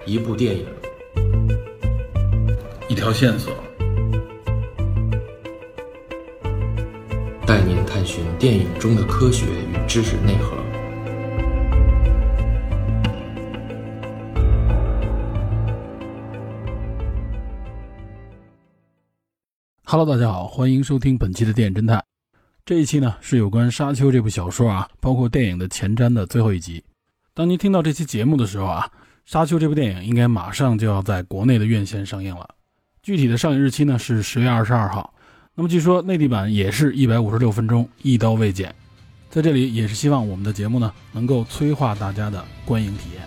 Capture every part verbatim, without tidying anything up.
一部电影， 一条线索， 带您探寻电影中的科学与知识内核。 Hello， 大家好，欢迎收听本期的电影侦探。这一期呢是有关《沙丘》这部小说啊，包括电影的前瞻的最后一集。当您听到这期节目的时候啊，《沙丘》这部电影应该马上就要在国内的院线上映了。具体的上映日期呢是十月二十二号。那么据说内地版也是一百五十六分钟，一刀未剪。在这里也是希望我们的节目呢能够催化大家的观影体验。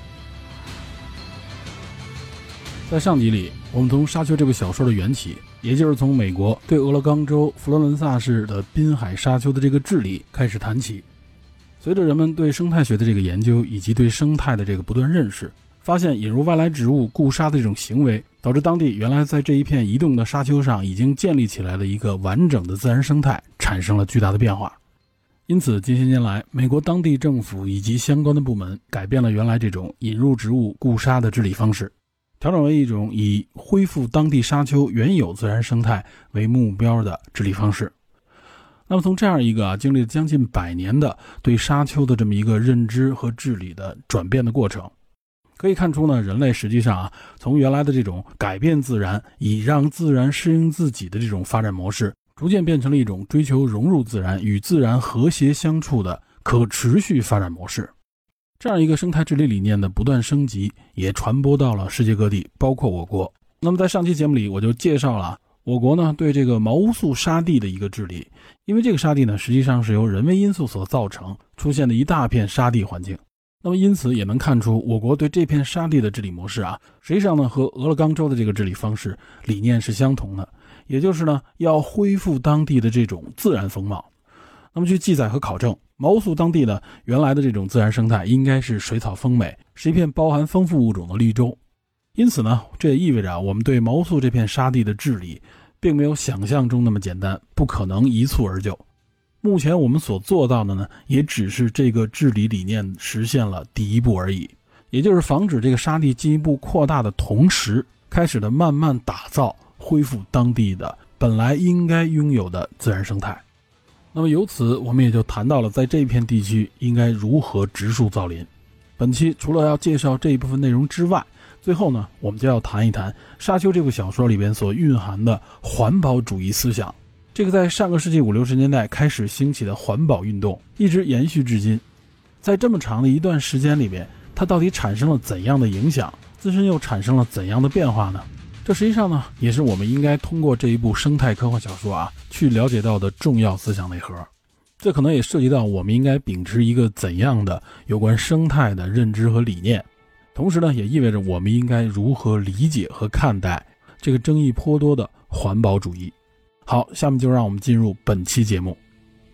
在上集里，我们从《沙丘》这部小说的缘起，也就是从美国对俄勒冈州佛罗伦萨市的滨海沙丘的这个治理开始谈起。随着人们对生态学的这个研究以及对生态的这个不断认识，发现引入外来植物固沙的这种行为，导致当地原来在这一片移动的沙丘上已经建立起来的一个完整的自然生态产生了巨大的变化。因此近些年来，美国当地政府以及相关的部门改变了原来这种引入植物固沙的治理方式，调整为一种以恢复当地沙丘原有自然生态为目标的治理方式。那么从这样一个、啊、经历了将近百年的对沙丘的这么一个认知和治理的转变的过程，可以看出呢，人类实际上啊，从原来的这种改变自然，以让自然适应自己的这种发展模式，逐渐变成了一种追求融入自然、与自然和谐相处的可持续发展模式。这样一个生态治理理念的不断升级，也传播到了世界各地，包括我国。那么在上期节目里，我就介绍了我国呢对这个毛乌素沙地的一个治理。因为这个沙地呢，实际上是由人为因素所造成，出现的一大片沙地环境。那么因此也能看出，我国对这片沙地的治理模式啊，实际上呢和俄勒冈州的这个治理方式理念是相同的，也就是呢要恢复当地的这种自然风貌。那么据记载和考证，毛乌素当地呢原来的这种自然生态应该是水草丰美，是一片包含丰富物种的绿洲。因此呢，这也意味着、啊、我们对毛乌素这片沙地的治理并没有想象中那么简单，不可能一蹴而就。目前我们所做到的呢，也只是这个治理理念实现了第一步而已，也就是防止这个沙地进一步扩大的同时，开始的慢慢打造恢复当地的本来应该拥有的自然生态。那么由此我们也就谈到了在这片地区应该如何植树造林。本期除了要介绍这一部分内容之外，最后呢，我们就要谈一谈《沙丘》这部小说里边所蕴含的环保主义思想。这个在上个世纪五六十年代开始兴起的环保运动，一直延续至今。在这么长的一段时间里边，它到底产生了怎样的影响，自身又产生了怎样的变化呢？这实际上呢，也是我们应该通过这一部生态科幻小说啊，去了解到的重要思想内核。这可能也涉及到我们应该秉持一个怎样的有关生态的认知和理念，同时呢，也意味着我们应该如何理解和看待这个争议颇多的环保主义。好，下面就让我们进入本期节目。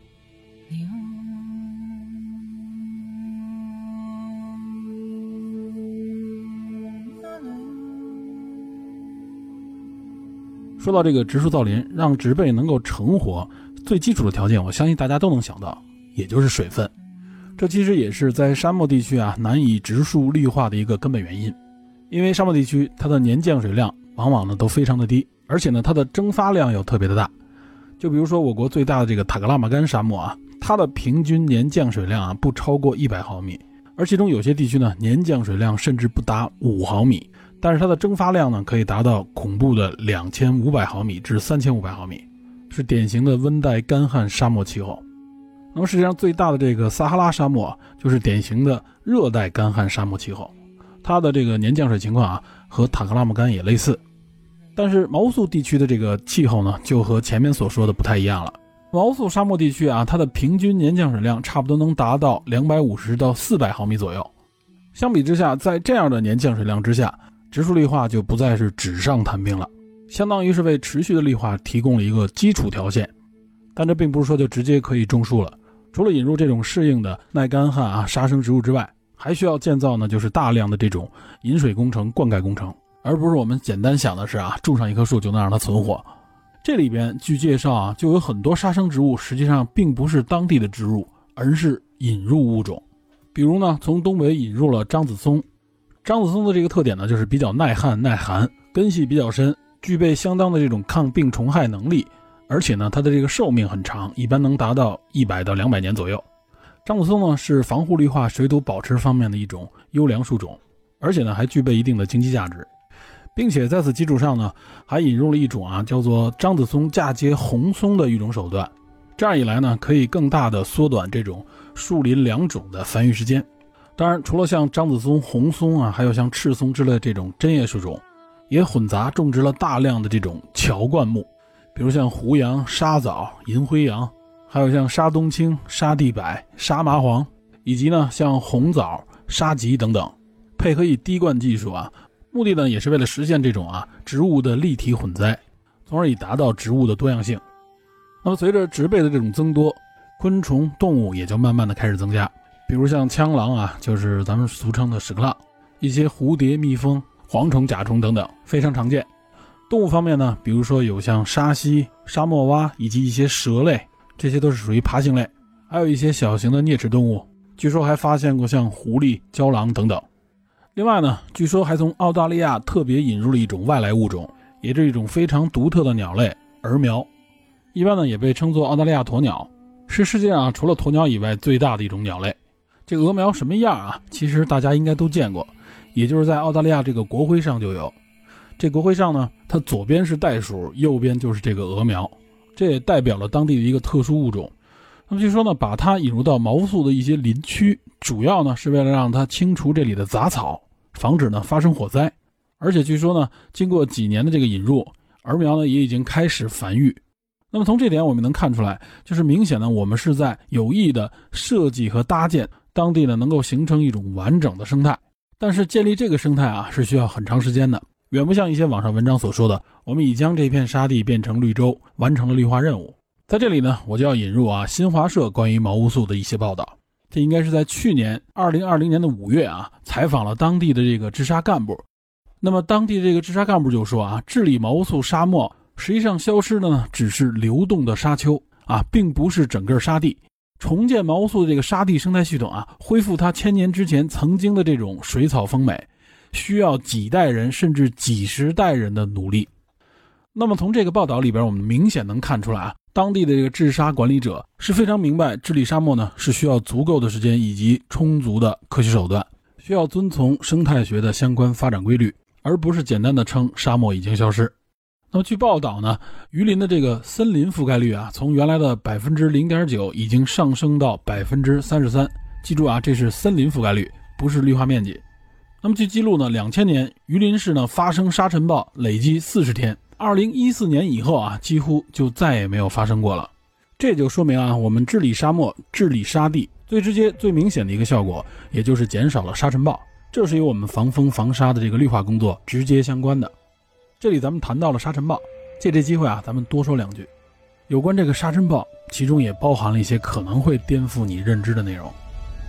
说到这个植树造林，让植被能够成活，最基础的条件，我相信大家都能想到，也就是水分。这其实也是在沙漠地区啊难以植树绿化的一个根本原因。因为沙漠地区它的年降水量往往呢都非常的低，而且呢它的蒸发量又特别的大。就比如说我国最大的这个塔克拉玛干沙漠啊，它的平均年降水量啊不超过一百毫米，而其中有些地区呢年降水量甚至不达五毫米，但是它的蒸发量呢可以达到恐怖的两千五百毫米至三千五百毫米，是典型的温带干旱沙漠气候。那么世界上最大的这个撒哈拉沙漠就是典型的热带干旱沙漠气候，它的这个年降水情况啊和塔克拉玛干也类似。但是毛乌素地区的这个气候呢就和前面所说的不太一样了。毛乌素沙漠地区啊，它的平均年降水量差不多能达到两百五十到四百毫米左右。相比之下，在这样的年降水量之下，植树绿化就不再是纸上谈兵了，相当于是为持续的绿化提供了一个基础条件。但这并不是说就直接可以种树了，除了引入这种适应的耐干旱啊沙生植物之外，还需要建造呢就是大量的这种引水工程、灌溉工程，而不是我们简单想的是啊种上一棵树就能让它存活。这里边据介绍啊，就有很多沙生植物实际上并不是当地的植物，而是引入物种。比如呢，从东北引入了樟子松， 樟子松的这个特点呢，就是比较耐旱耐寒，根系比较深，具备相当的这种抗病虫害能力，而且呢它的这个寿命很长，一般能达到一百到两百年左右。樟子松呢是防护绿化水土保持方面的一种优良树种，而且呢还具备一定的经济价值，并且在此基础上呢还引入了一种啊叫做樟子松嫁接红松的一种手段，这样一来呢可以更大的缩短这种树林两种的繁育时间。当然除了像樟子松、红松啊，还有像赤松之类的这种针叶树种，也混杂种植了大量的这种乔灌木，比如像胡杨、沙枣、银灰杨，还有像沙冬青、沙地柏、沙麻黄，以及呢像红枣、沙棘等等，配合以滴灌技术啊，目的呢也是为了实现这种啊植物的立体混栽，从而以达到植物的多样性。那么随着植被的这种增多，昆虫动物也就慢慢的开始增加，比如像蜣螂啊，就是咱们俗称的屎壳郎，一些蝴蝶、蜜蜂、蝗虫、甲虫等等，非常常见。动物方面呢，比如说有像沙蜥、沙漠蛙以及一些蛇类，这些都是属于爬行类，还有一些小型的啮齿动物，据说还发现过像狐狸、郊狼等等。另外呢，据说还从澳大利亚特别引入了一种外来物种，也是一种非常独特的鸟类鹅苗，一般呢也被称作澳大利亚鸵鸟，是世界上除了鸵鸟以外最大的一种鸟类。这个鹅苗什么样啊？其实大家应该都见过，也就是在澳大利亚这个国徽上就有。这国徽上呢，它左边是袋鼠，右边就是这个鹅苗，这也代表了当地的一个特殊物种。那么据说呢，把它引入到毛素的一些林区，主要呢是为了让它清除这里的杂草，防止呢发生火灾。而且据说呢，经过几年的这个引入，鹅苗呢也已经开始繁育。那么从这点我们能看出来，就是明显呢，我们是在有意的设计和搭建当地呢能够形成一种完整的生态。但是建立这个生态啊是需要很长时间的，远不像一些网上文章所说的，我们已将这片沙地变成绿洲，完成了绿化任务。在这里呢，我就要引入啊新华社关于毛乌素的一些报道。这应该是在去年二零二零年的五月啊，采访了当地的这个治沙干部。那么当地这个治沙干部就说啊，治理毛乌素沙漠实际上消失的呢只是流动的沙丘啊，并不是整个沙地。重建毛乌素的这个沙地生态系统啊，恢复它千年之前曾经的这种水草丰美，需要几代人甚至几十代人的努力。那么从这个报道里边，我们明显能看出来啊，当地的这个治沙管理者是非常明白治理沙漠呢是需要足够的时间以及充足的科学手段，需要遵从生态学的相关发展规律，而不是简单的称沙漠已经消失。那么据报道呢，榆林的这个森林覆盖率啊，从原来的 百分之零点九 已经上升到 百分之三十三。 记住啊，这是森林覆盖率，不是绿化面积。那么据记录呢，两千年榆林市呢发生沙尘暴累计四十天，二零一四年以后啊，几乎就再也没有发生过了。这就说明啊，我们治理沙漠、治理沙地最直接最明显的一个效果，也就是减少了沙尘暴，这是与我们防风防沙的这个绿化工作直接相关的。这里咱们谈到了沙尘暴，借这机会啊，咱们多说两句有关这个沙尘暴，其中也包含了一些可能会颠覆你认知的内容。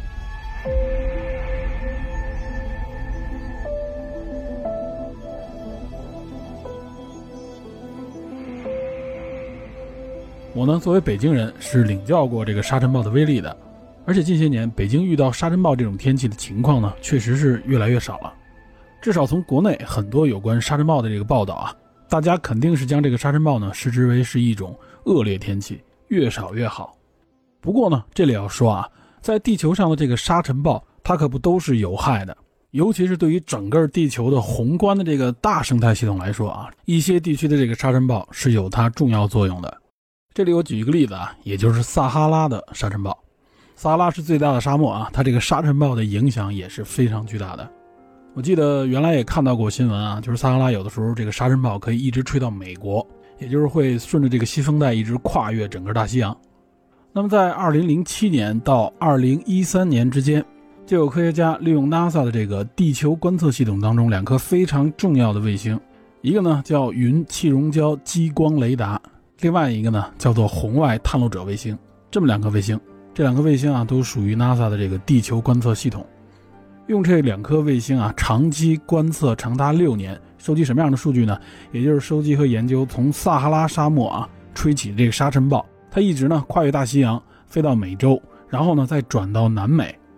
我呢，作为北京人，是领教过这个沙尘暴的威力的，而且近些年北京遇到沙尘暴这种天气的情况呢，确实是越来越少了。至少从国内很多有关沙尘暴的这个报道啊，大家肯定是将这个沙尘暴呢视之为是一种恶劣天气，越少越好。不过呢，这里要说啊，在地球上的这个沙尘暴，它可不都是有害的，尤其是对于整个地球的宏观的这个大生态系统来说啊，一些地区的这个沙尘暴是有它重要作用的。这里我举一个例子啊，也就是撒哈拉的沙尘暴。撒哈拉是最大的沙漠啊，它这个沙尘暴的影响也是非常巨大的。我记得原来也看到过新闻啊，就是撒哈拉有的时候这个沙尘暴可以一直吹到美国，也就是会顺着这个西风带一直跨越整个大西洋。那么在二零零七年到二零一三年之间，就有科学家利用 NASA 的这个地球观测系统当中两颗非常重要的卫星，一个呢叫云气溶胶激光雷达，另外一个呢叫做红外探路者卫星。这么两颗卫星，这两颗卫星啊都属于 NASA 的这个地球观测系统。用这两颗卫星啊，长期观测长达六年，收集什么样的数据呢？也就是收集和研究从撒哈拉沙漠啊吹起这个沙尘暴，它一直呢跨越大西洋，飞到美洲，然后呢再转到南美。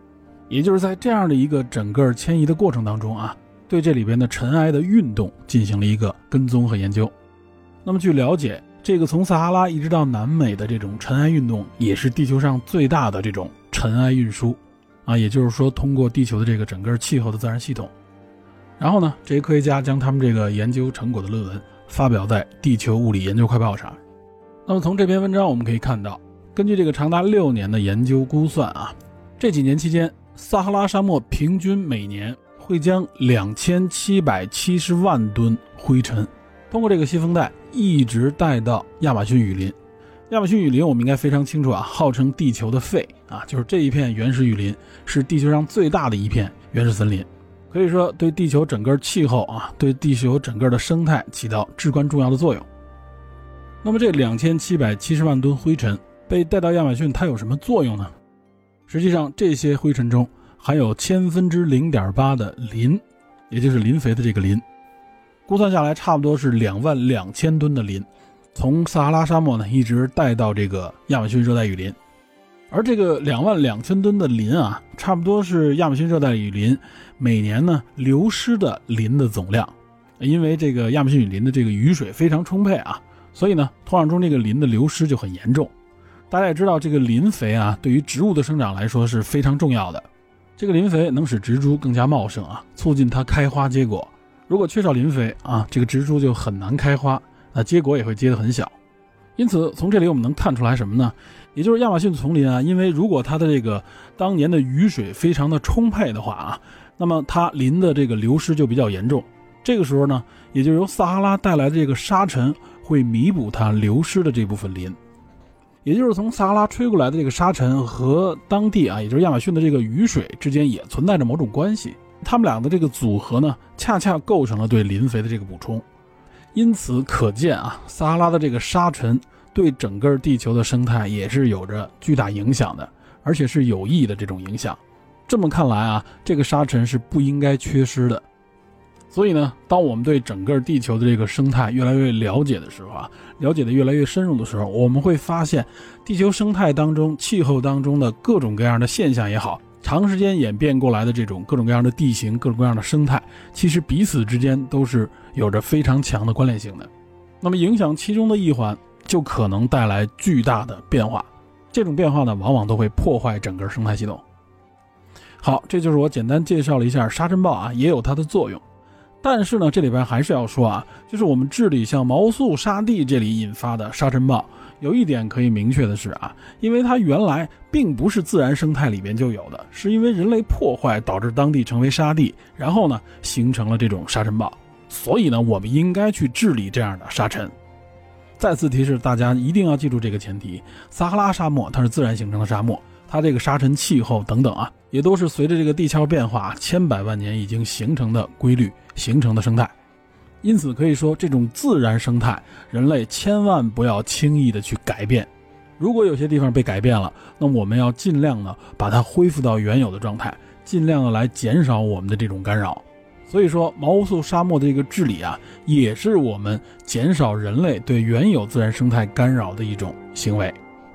也就是在这样的一个整个迁移的过程当中啊，对这里边的尘埃的运动进行了一个跟踪和研究。那么据了解，这个从撒哈拉一直到南美的这种尘埃运动也是地球上最大的这种尘埃运输啊，也就是说通过地球的这个整个气候的自然系统。然后呢，这些科学家将他们这个研究成果的论文发表在《地球物理研究快报》上。那么从这篇文章我们可以看到，根据这个长达六年的研究估算啊，这几年期间，撒哈拉沙漠平均每年会将两千七百七十万吨灰尘通过这个西风带一直带到亚马逊雨林。亚马逊雨林我们应该非常清楚啊，号称地球的肺啊，就是这一片原始雨林是地球上最大的一片原始森林，可以说对地球整个气候啊，对地球整个的生态起到至关重要的作用。那么这两千七百七十万吨灰尘被带到亚马逊，它有什么作用呢？实际上这些灰尘中含有千分之零点八的磷，也就是磷肥的这个磷，估算下来差不多是两万两千吨的磷，从撒哈拉沙漠呢一直带到这个亚马逊热带雨林。而这个两万两千吨的磷啊，差不多是亚马逊热带雨林每年呢流失的磷的总量。因为这个亚马逊雨林的这个雨水非常充沛啊，所以呢土壤中这个磷的流失就很严重。大家也知道，这个磷肥啊对于植物的生长来说是非常重要的。这个磷肥能使植株更加茂盛啊，促进它开花结果。如果缺少磷肥啊，这个植株就很难开花，那结果也会结得很小。因此从这里我们能看出来什么呢？也就是亚马逊丛林啊，因为如果它的这个当年的雨水非常的充沛的话啊，那么它磷的这个流失就比较严重。这个时候呢，也就由撒哈拉带来的这个沙尘会弥补它流失的这部分磷。也就是从撒哈拉吹过来的这个沙尘和当地啊，也就是亚马逊的这个雨水之间也存在着某种关系，它们俩的这个组合呢，恰恰构成了对磷肥的这个补充。因此可见啊，撒哈拉的这个沙尘对整个地球的生态也是有着巨大影响的，而且是有益的这种影响。这么看来啊，这个沙尘是不应该缺失的。所以呢，当我们对整个地球的这个生态越来越了解的时候啊，了解的越来越深入的时候，我们会发现地球生态当中、气候当中的各种各样的现象也好，长时间演变过来的这种各种各样的地形、各种各样的生态，其实彼此之间都是有着非常强的关联性的。那么影响其中的一环，就可能带来巨大的变化。这种变化呢，往往都会破坏整个生态系统。好，这就是我简单介绍了一下沙尘暴啊，也有它的作用。但是呢，这里边还是要说啊，就是我们治理像毛素沙地这里引发的沙尘暴，有一点可以明确的是啊，因为它原来并不是自然生态里边就有的，是因为人类破坏导致当地成为沙地，然后呢形成了这种沙尘暴，所以呢我们应该去治理这样的沙尘。再次提示大家一定要记住这个前提，撒哈拉沙漠它是自然形成的沙漠，它这个沙尘气候等等啊，也都是随着这个地壳变化千百万年已经形成的规律形成的生态。因此可以说，这种自然生态人类千万不要轻易的去改变。如果有些地方被改变了，那我们要尽量的把它恢复到原有的状态，尽量的来减少我们的这种干扰。所以说毛乌素沙漠的这个治理啊，也是我们减少人类对原有自然生态干扰的一种行为。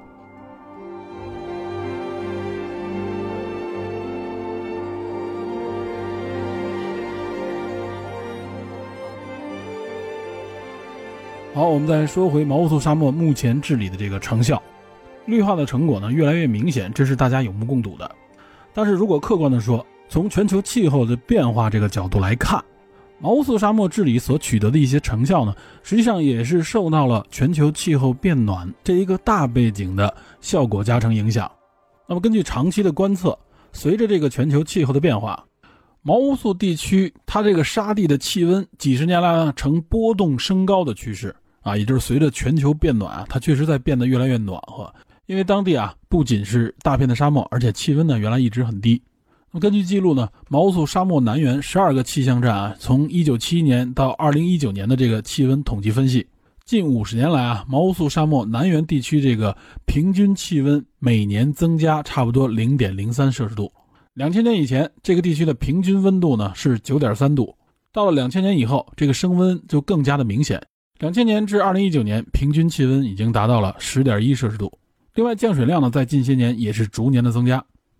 好，我们再说回毛乌素沙漠目前治理的这个成效。绿化的成果呢越来越明显，这是大家有目共睹的。但是如果客观的说，从全球气候的变化这个角度来看，毛乌素沙漠治理所取得的一些成效呢，实际上也是受到了全球气候变暖这一个大背景的效果加成影响。那么根据长期的观测，随着这个全球气候的变化，毛乌素地区它这个沙地的气温几十年来呢呈波动升高的趋势啊，也就是随着全球变暖啊，它确实在变得越来越暖和。因为当地啊不仅是大片的沙漠，而且气温呢原来一直很低。那么根据记录呢，毛乌素沙漠南缘十二个气象站啊，从一九七一年到二零一九年的这个气温统计分析，近五十年来啊，毛乌素沙漠南缘地区这个平均气温每年增加差不多 零点零三 摄氏度。两千年以前，这个地区的平均温度呢是 九点三度，到了两千年以后，这个升温就更加的明显。两千年至二零一九年，平均气温已经达到了 十点一 摄氏度。另外降水量呢，在近些年也是逐年的增加。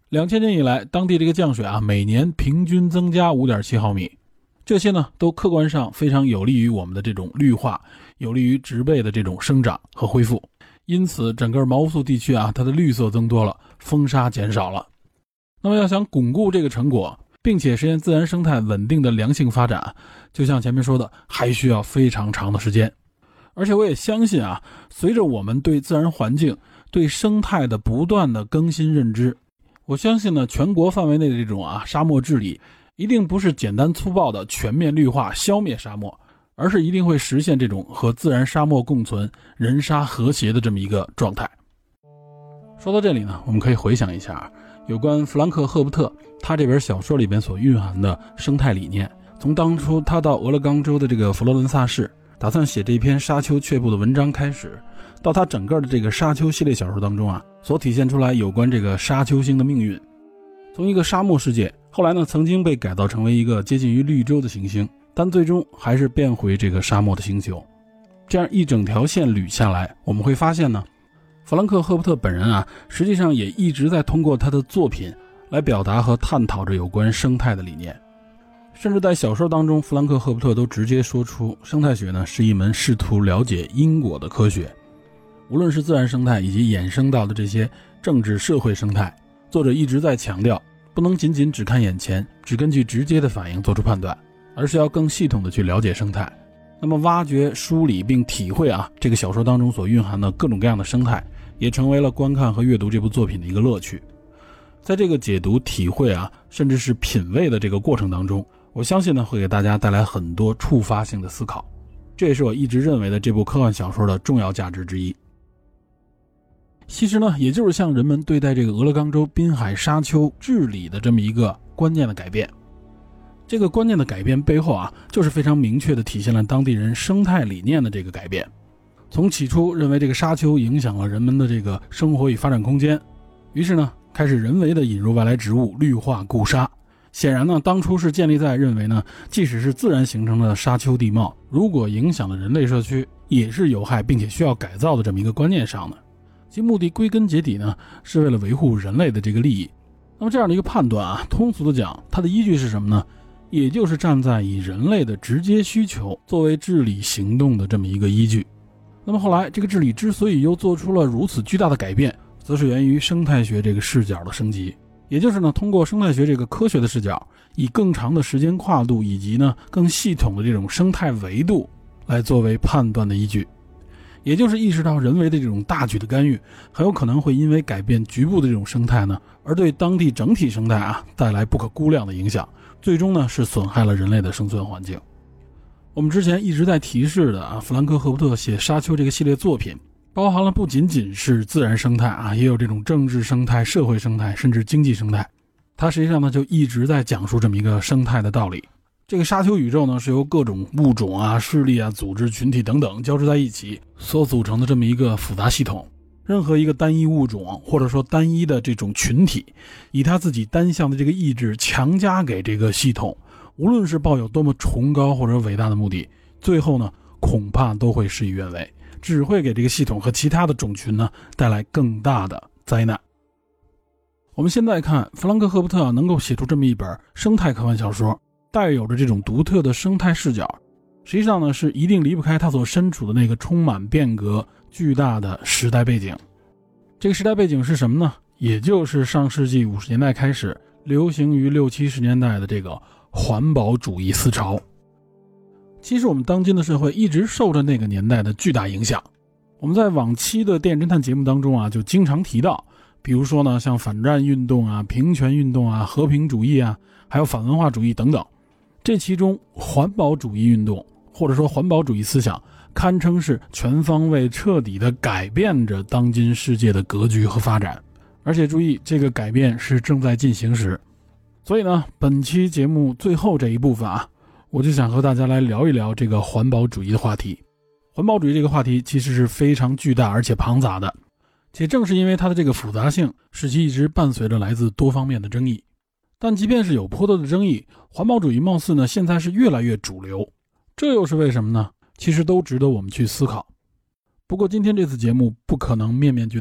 两千年以来，当地这个降水啊，每年平均增加 五点七毫米，这些呢都客观上非常有利于我们的这种绿化，有利于植被的这种生长和恢复。因此整个毛乌素地区啊，它的绿色增多了，风沙减少了。那么要想巩固这个成果，并且实现自然生态稳定的良性发展，就像前面说的，还需要非常长的时间。而且我也相信啊，随着我们对自然环境、对生态的不断的更新认知，我相信呢，全国范围内的这种啊沙漠治理，一定不是简单粗暴的全面绿化消灭沙漠，而是一定会实现这种和自然沙漠共存、人沙和谐的这么一个状态。说到这里呢，我们可以回想一下有关弗兰克·赫伯特他这本小说里边所蕴含的生态理念。从当初他到俄勒冈州的这个佛罗伦萨市，打算写这篇沙丘却步的文章开始，到他整个的这个沙丘系列小说当中啊，所体现出来有关这个沙丘星的命运。从一个沙漠世界，后来呢曾经被改造成为一个接近于绿洲的行星，但最终还是变回这个沙漠的星球。这样一整条线捋下来，我们会发现呢，弗兰克·赫伯特本人啊，实际上也一直在通过他的作品来表达和探讨着有关生态的理念。甚至在小说当中，弗兰克·赫伯特都直接说出，生态学呢是一门试图了解因果的科学。无论是自然生态以及衍生到的这些政治社会生态，作者一直在强调，不能仅仅只看眼前，只根据直接的反应做出判断，而是要更系统的去了解生态。那么挖掘、梳理并体会啊这个小说当中所蕴含的各种各样的生态，也成为了观看和阅读这部作品的一个乐趣。在这个解读、体会啊，甚至是品味的这个过程当中，我相信呢会给大家带来很多触发性的思考，这也是我一直认为的这部科幻小说的重要价值之一。其实呢，也就是像人们对待这个俄勒冈州滨海沙丘治理的这么一个观念的改变。这个观念的改变背后啊，就是非常明确地体现了当地人生态理念的这个改变。从起初认为这个沙丘影响了人们的这个生活与发展空间，于是呢开始人为地引入外来植物，绿化固沙。显然呢，当初是建立在认为呢，即使是自然形成的沙丘地貌，如果影响了人类社区，也是有害并且需要改造的这么一个观念上的。其目的归根结底呢，是为了维护人类的这个利益。那么这样的一个判断啊，通俗的讲，它的依据是什么呢？也就是站在以人类的直接需求作为治理行动的这么一个依据。那么后来这个治理之所以又做出了如此巨大的改变，则是源于生态学这个视角的升级。也就是呢，通过生态学这个科学的视角，以更长的时间跨度以及呢更系统的这种生态维度来作为判断的依据。也就是意识到人为的这种大举的干预，很有可能会因为改变局部的这种生态呢，而对当地整体生态啊带来不可估量的影响，最终呢是损害了人类的生存环境。我们之前一直在提示的啊，弗兰克·赫伯特写《沙丘》这个系列作品，包含了不仅仅是自然生态啊，也有这种政治生态、社会生态，甚至经济生态。它实际上呢就一直在讲述这么一个生态的道理。这个沙丘宇宙呢是由各种物种啊、势力啊、组织群体等等交织在一起所组成的这么一个复杂系统。任何一个单一物种或者说单一的这种群体，以他自己单向的这个意志强加给这个系统，无论是抱有多么崇高或者伟大的目的，最后呢恐怕都会事与愿违，只会给这个系统和其他的种群呢带来更大的灾难。我们现在看弗兰克·赫伯特能够写出这么一本生态科幻小说，带有着这种独特的生态视角，实际上呢是一定离不开他所身处的那个充满变革巨大的时代背景。这个时代背景是什么呢？也就是上世纪五十年代开始流行于六七十年代的这个环保主义思潮。其实我们当今的社会一直受着那个年代的巨大影响。我们在往期的电影侦探节目当中啊，就经常提到，比如说呢，像反战运动啊、平权运动啊、和平主义啊，还有反文化主义等等。这其中环保主义运动或者说环保主义思想堪称是全方位彻底地改变着当今世界的格局和发展，而且注意，这个改变是正在进行时。所以呢，本期节目最后这一部分啊，我就想和大家来聊一聊这个环保主义的话题。环保主义这个话题其实是非常巨大而且庞杂的，且正是因为它的这个复杂性，使其一直伴随着来自多方面的争议。但即便是有颇多的争议，环保主义貌似呢现在是越来越主流，这又是为什么呢？其实都值得我们去思考。不过今天这次节目不可能面面俱到，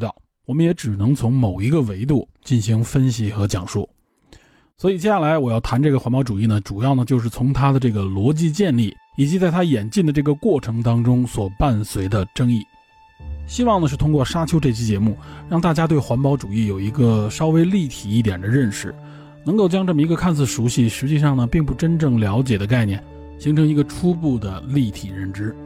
我们也只能从某一个维度进行分析和讲述。所以接下来我要谈这个环保主义呢，主要呢就是从它的这个逻辑建立，以及在它演进的这个过程当中所伴随的争议。希望呢是通过沙丘这期节目，让大家对环保主义有一个稍微立体一点的认识，能够将这么一个看似熟悉，实际上呢并不真正了解的概念，形成一个初步的立体认知。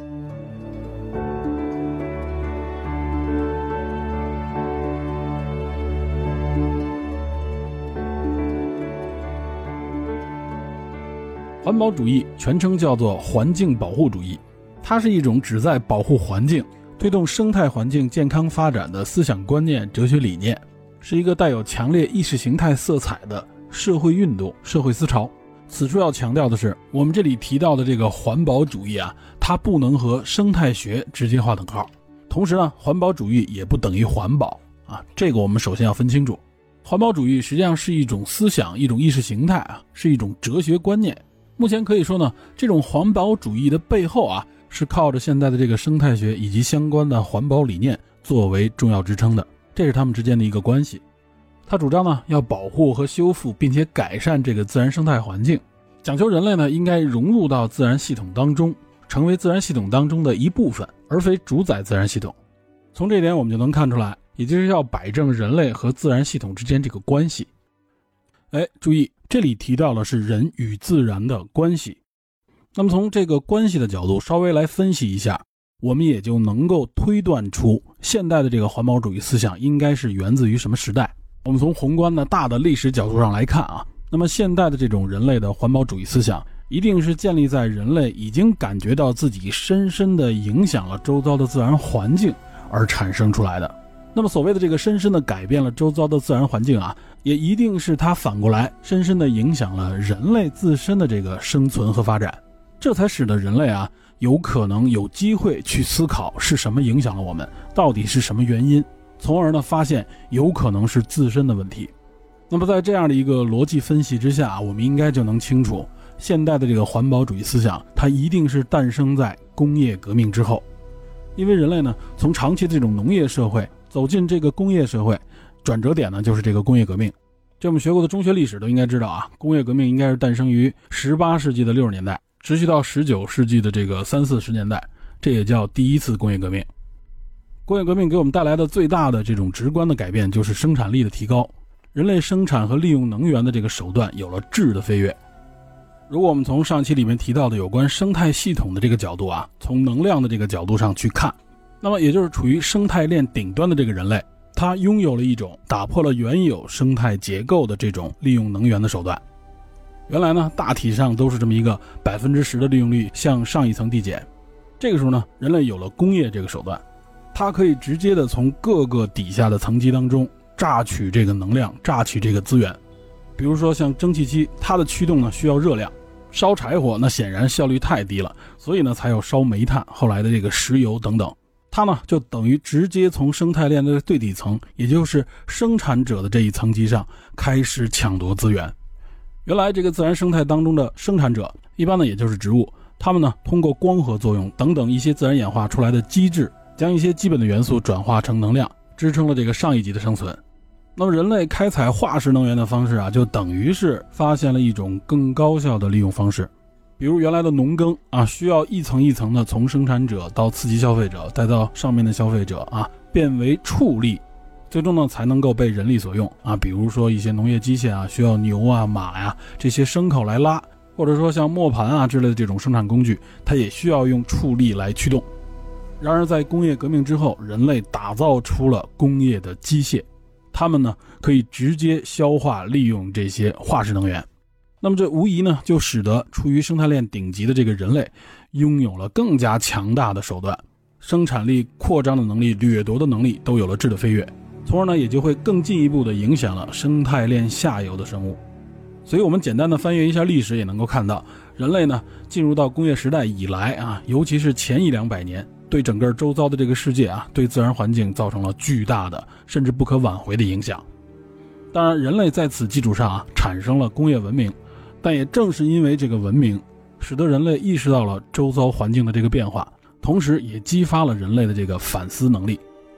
环保主义全称叫做环境保护主义，它是一种旨在保护环境、推动生态环境健康发展的思想观念、哲学理念，是一个带有强烈意识形态色彩的社会运动、社会思潮。此处要强调的是，我们这里提到的这个环保主义啊，它不能和生态学直接划等号。同时呢，环保主义也不等于环保啊，这个我们首先要分清楚。环保主义实际上是一种思想、一种意识形态啊，是一种哲学观念。目前可以说呢，这种环保主义的背后啊，是靠着现在的这个生态学以及相关的环保理念作为重要支撑的，这是他们之间的一个关系。他主张呢，要保护和修复并且改善这个自然生态环境，讲求人类呢应该融入到自然系统当中，成为自然系统当中的一部分，而非主宰自然系统。从这点我们就能看出来，也就是要摆正人类和自然系统之间这个关系。哎，注意，这里提到的是人与自然的关系。那么从这个关系的角度稍微来分析一下，我们也就能够推断出现代的这个环保主义思想应该是源自于什么时代。我们从宏观的大的历史角度上来看啊，那么现代的这种人类的环保主义思想一定是建立在人类已经感觉到自己深深地影响了周遭的自然环境而产生出来的。那么所谓的这个深深地改变了周遭的自然环境啊，也一定是它反过来深深地影响了人类自身的这个生存和发展，这才使得人类啊有可能有机会去思考是什么影响了我们，到底是什么原因，从而呢发现有可能是自身的问题。那么在这样的一个逻辑分析之下，我们应该就能清楚，现代的这个环保主义思想它一定是诞生在工业革命之后。因为人类呢从长期的这种农业社会走进这个工业社会，转折点呢就是这个工业革命。这我们学过的中学历史都应该知道啊，工业革命应该是诞生于十八世纪的六十年代，持续到十九世纪的这个三四十年代，这也叫第一次工业革命。工业革命给我们带来的最大的这种直观的改变就是生产力的提高，人类生产和利用能源的这个手段有了质的飞跃。如果我们从上期里面提到的有关生态系统的这个角度啊，从能量的这个角度上去看，那么也就是处于生态链顶端的这个人类，他拥有了一种打破了原有生态结构的这种利用能源的手段。原来呢大体上都是这么一个 百分之十 的利用率向上一层递减，这个时候呢人类有了工业这个手段，它可以直接的从各个底下的层级当中榨取这个能量，榨取这个资源。比如说像蒸汽机，它的驱动呢需要热量，烧柴火那显然效率太低了，所以呢才有烧煤炭，后来的这个石油等等。它呢就等于直接从生态链的最底层，也就是生产者的这一层级上开始抢夺资源。原来这个自然生态当中的生产者一般呢也就是植物，它们呢通过光合作用等等一些自然演化出来的机制，将一些基本的元素转化成能量，支撑了这个上一级的生存。那么人类开采化石能源的方式啊，就等于是发现了一种更高效的利用方式。比如原来的农耕啊，需要一层一层的从生产者到次级消费者，再到上面的消费者啊，变为畜力，最终呢才能够被人力所用啊。比如说一些农业机械啊，需要牛啊、马呀、啊、这些牲口来拉，或者说像磨盘啊之类的这种生产工具，它也需要用畜力来驱动。然而在工业革命之后，人类打造出了工业的机械，它们呢可以直接消化利用这些化石能源。那么这无疑呢就使得处于生态链顶级的这个人类拥有了更加强大的手段，生产力扩张的能力、掠夺的能力都有了质的飞跃，从而呢也就会更进一步的影响了生态链下游的生物。所以我们简单的翻阅一下历史，也能够看到人类呢进入到工业时代以来啊，尤其是前一两百年，对整个周遭的这个世界啊，对自然环境造成了巨大的甚至不可挽回的影响。当然人类在此基础上啊产生了工业文明，但也正是因为这个文明，使得人类意识到了周遭环境的这个变化，同时也激发了人类的这个反思能力。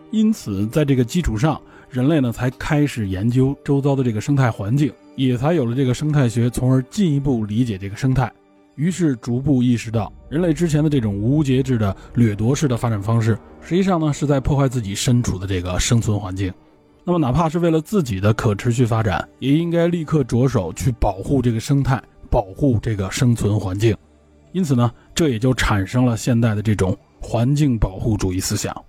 因此在这个基础上，人类呢才开始研究周遭的这个生态环境，也才有了这个生态学，从而进一步理解这个生态。于是逐步意识到，人类之前的这种无节制的掠夺式的发展方式，实际上呢是在破坏自己身处的这个生存环境。那么哪怕是为了自己的可持续发展，也应该立刻着手去保护这个生态，保护这个生存环境。因此呢，这也就产生了现代的这种环境保护主义思想。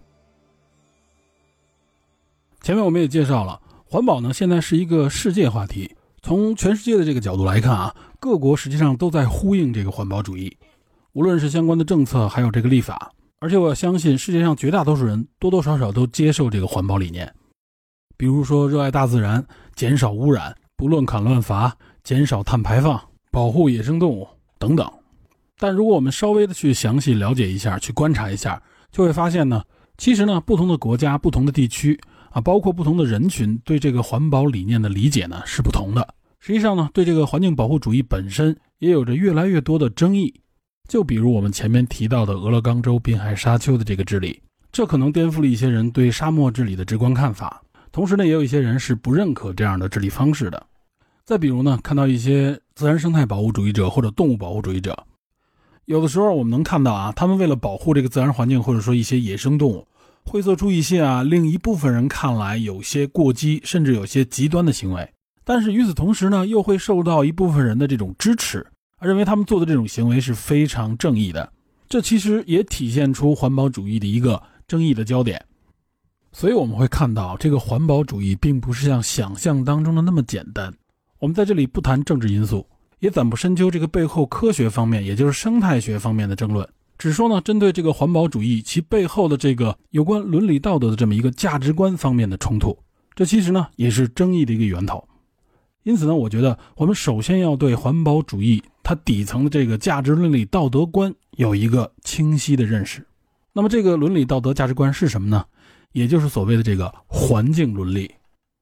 前面我们也介绍了，环保呢现在是一个世界话题，从全世界的这个角度来看啊，各国实际上都在呼应这个环保主义，无论是相关的政策还有这个立法。而且我相信世界上绝大多数人多多少少都接受这个环保理念，比如说热爱大自然，减少污染，不乱砍乱伐，减少碳排放，保护野生动物等等。但如果我们稍微的去详细了解一下，去观察一下，就会发现呢，其实呢不同的国家，不同的地区啊，包括不同的人群对这个环保理念的理解呢是不同的。实际上呢，对这个环境保护主义本身也有着越来越多的争议。就比如我们前面提到的俄勒冈州滨海沙丘的这个治理，这可能颠覆了一些人对沙漠治理的直观看法，同时呢也有一些人是不认可这样的治理方式的。再比如呢，看到一些自然生态保护主义者或者动物保护主义者，有的时候我们能看到啊，他们为了保护这个自然环境或者说一些野生动物，会做出一些啊令一部分人看来有些过激甚至有些极端的行为，但是与此同时呢，又会受到一部分人的这种支持，认为他们做的这种行为是非常正义的。这其实也体现出环保主义的一个争议的焦点。所以我们会看到，这个环保主义并不是像想象当中的那么简单。我们在这里不谈政治因素，也暂不深究这个背后科学方面，也就是生态学方面的争论，只说呢，针对这个环保主义其背后的这个有关伦理道德的这么一个价值观方面的冲突，这其实呢也是争议的一个源头。因此呢，我觉得我们首先要对环保主义它底层的这个价值伦理道德观有一个清晰的认识。那么这个伦理道德价值观是什么呢？也就是所谓的这个环境伦理。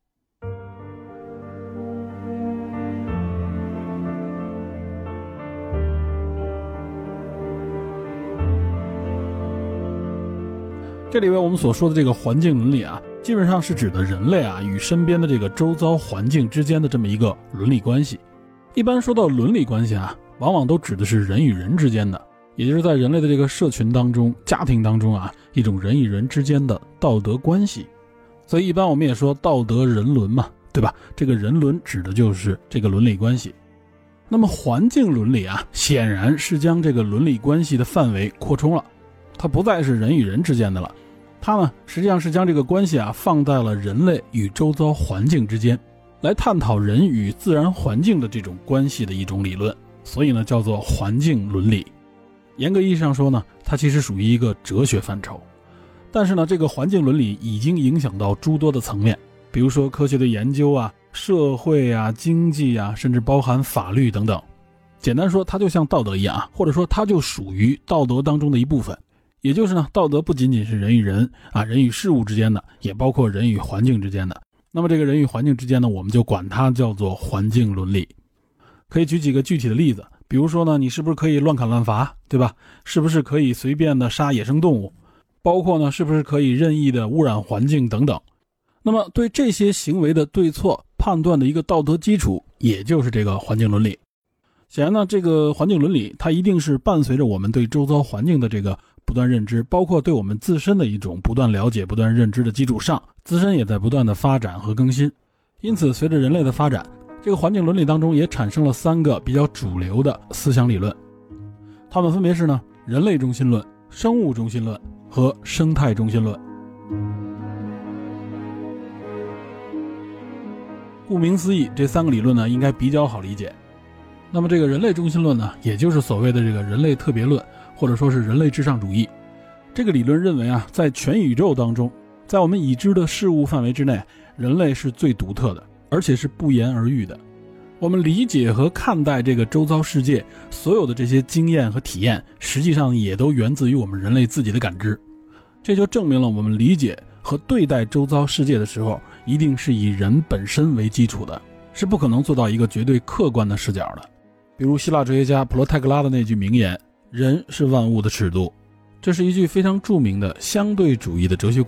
这里为我们所说的这个环境伦理啊，基本上是指的人类啊与身边的这个周遭环境之间的这么一个伦理关系。一般说到伦理关系啊，往往都指的是人与人之间的，也就是在人类的这个社群当中、家庭当中啊，一种人与人之间的道德关系。所以一般我们也说道德人伦嘛，对吧？这个人伦指的就是这个伦理关系。那么环境伦理啊，显然是将这个伦理关系的范围扩充了，它不再是人与人之间的了，它呢实际上是将这个关系啊放在了人类与周遭环境之间，来探讨人与自然环境的这种关系的一种理论，所以呢叫做环境伦理。严格意义上说呢，它其实属于一个哲学范畴。但是呢，这个环境伦理已经影响到诸多的层面，比如说科学的研究啊、社会啊、经济啊，甚至包含法律等等。简单说，它就像道德一样啊，或者说它就属于道德当中的一部分。也就是呢，道德不仅仅是人与人啊、人与事物之间的，也包括人与环境之间的。那么这个人与环境之间呢，我们就管它叫做环境伦理。可以举几个具体的例子，比如说呢，你是不是可以乱砍乱伐，对吧？是不是可以随便的杀野生动物？包括呢，是不是可以任意的污染环境等等。那么对这些行为的对错判断的一个道德基础，也就是这个环境伦理。显然呢，这个环境伦理它一定是伴随着我们对周遭环境的这个不断认知，包括对我们自身的一种不断了解、不断认知的基础上，自身也在不断的发展和更新。因此随着人类的发展，这个环境伦理当中也产生了三个比较主流的思想理论，它们分别是呢人类中心论、生物中心论和生态中心论。顾名思义，这三个理论呢应该比较好理解。那么这个人类中心论呢，也就是所谓的这个人类特别论，或者说是人类至上主义。这个理论认为啊，在全宇宙当中，在我们已知的事物范围之内，人类是最独特的，而且是不言而喻的。我们理解和看待这个周遭世界所有的这些经验和体验，实际上也都源自于我们人类自己的感知。这就证明了我们理解和对待周遭世界的时候，一定是以人本身为基础的，是不可能做到一个绝对客观的视角的。比如希腊哲学家普罗泰戈拉的那句名言，人是万物的尺度，这是一句非常著名的相对主义的哲学观。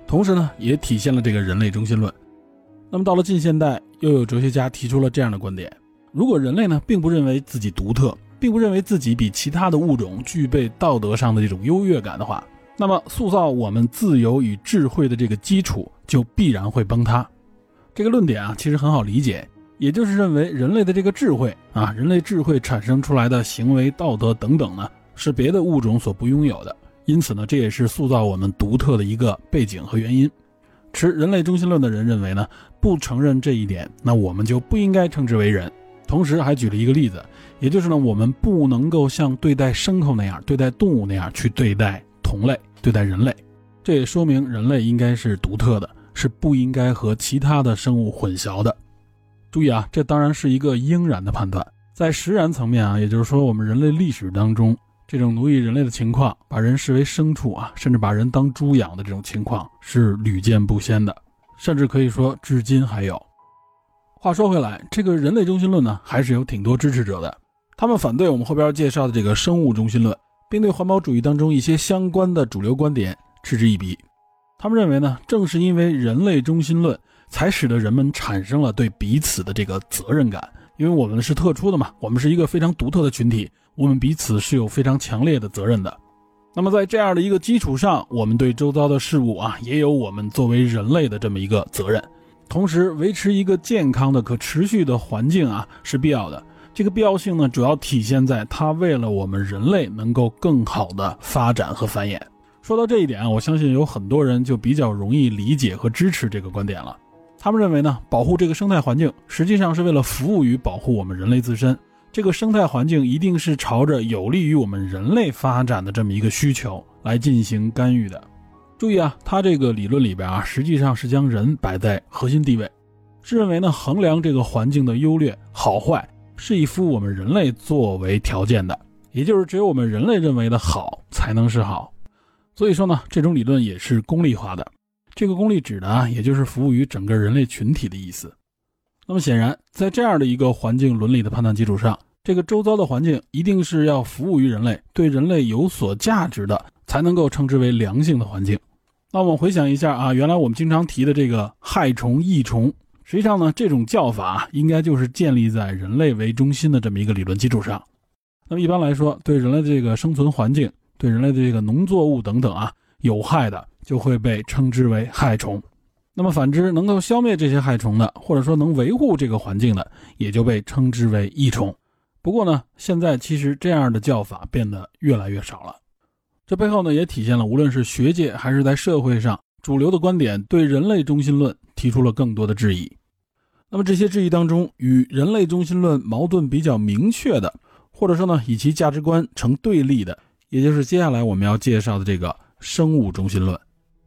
同时呢也体现了这个人类中心论。那么到了近现代，又有哲学家提出了这样的观点，如果人类呢并不认为自己独特，并不认为自己比其他的物种具备道德上的这种优越感的话，那么塑造我们自由与智慧的这个基础就必然会崩塌。这个论点啊其实很好理解，也就是认为人类的这个智慧啊，人类智慧产生出来的行为道德等等呢，是别的物种所不拥有的，因此呢这也是塑造我们独特的一个背景和原因。持人类中心论的人认为呢，不承认这一点，那我们就不应该称之为人。同时还举了一个例子，也就是呢我们不能够像对待牲口那样，对待动物那样去对待同类，对待人类。这也说明人类应该是独特的，是不应该和其他的生物混淆的。注意啊，这当然是一个应然的判断。在实然层面啊，也就是说我们人类历史当中，这种奴役人类的情况，把人视为牲畜啊，甚至把人当猪养的这种情况是屡见不鲜的，甚至可以说至今还有。话说回来，这个人类中心论呢，还是有挺多支持者的。他们反对我们后边介绍的这个生物中心论，并对环保主义当中一些相关的主流观点嗤之以鼻。他们认为呢，正是因为人类中心论，才使得人们产生了对彼此的这个责任感。因为我们是特殊的嘛，我们是一个非常独特的群体，我们彼此是有非常强烈的责任的。那么在这样的一个基础上，我们对周遭的事物啊，也有我们作为人类的这么一个责任。同时维持一个健康的可持续的环境啊是必要的，这个必要性呢主要体现在它为了我们人类能够更好的发展和繁衍。说到这一点啊，我相信有很多人就比较容易理解和支持这个观点了。他们认为呢，保护这个生态环境实际上是为了服务于保护我们人类自身，这个生态环境一定是朝着有利于我们人类发展的这么一个需求来进行干预的。注意啊，他这个理论里边啊，实际上是将人摆在核心地位，是认为呢，衡量这个环境的优劣好坏，是以服务我们人类作为条件的，也就是只有我们人类认为的好才能是好。所以说呢，这种理论也是功利化的，这个功利指的啊，也就是服务于整个人类群体的意思。那么显然，在这样的一个环境伦理的判断基础上，这个周遭的环境一定是要服务于人类，对人类有所价值的，才能够称之为良性的环境。那我们回想一下啊，原来我们经常提的这个害虫益虫，实际上呢，这种叫法应该就是建立在人类为中心的这么一个理论基础上。那么一般来说，对人类的这个生存环境，对人类的这个农作物等等啊，有害的就会被称之为害虫。那么反之，能够消灭这些害虫的，或者说能维护这个环境的，也就被称之为益虫。不过呢，现在其实这样的叫法变得越来越少了。这背后呢，也体现了无论是学界还是在社会上，主流的观点对人类中心论提出了更多的质疑。那么这些质疑当中，与人类中心论矛盾比较明确的，或者说呢，以其价值观成对立的，也就是接下来我们要介绍的这个生物中心论。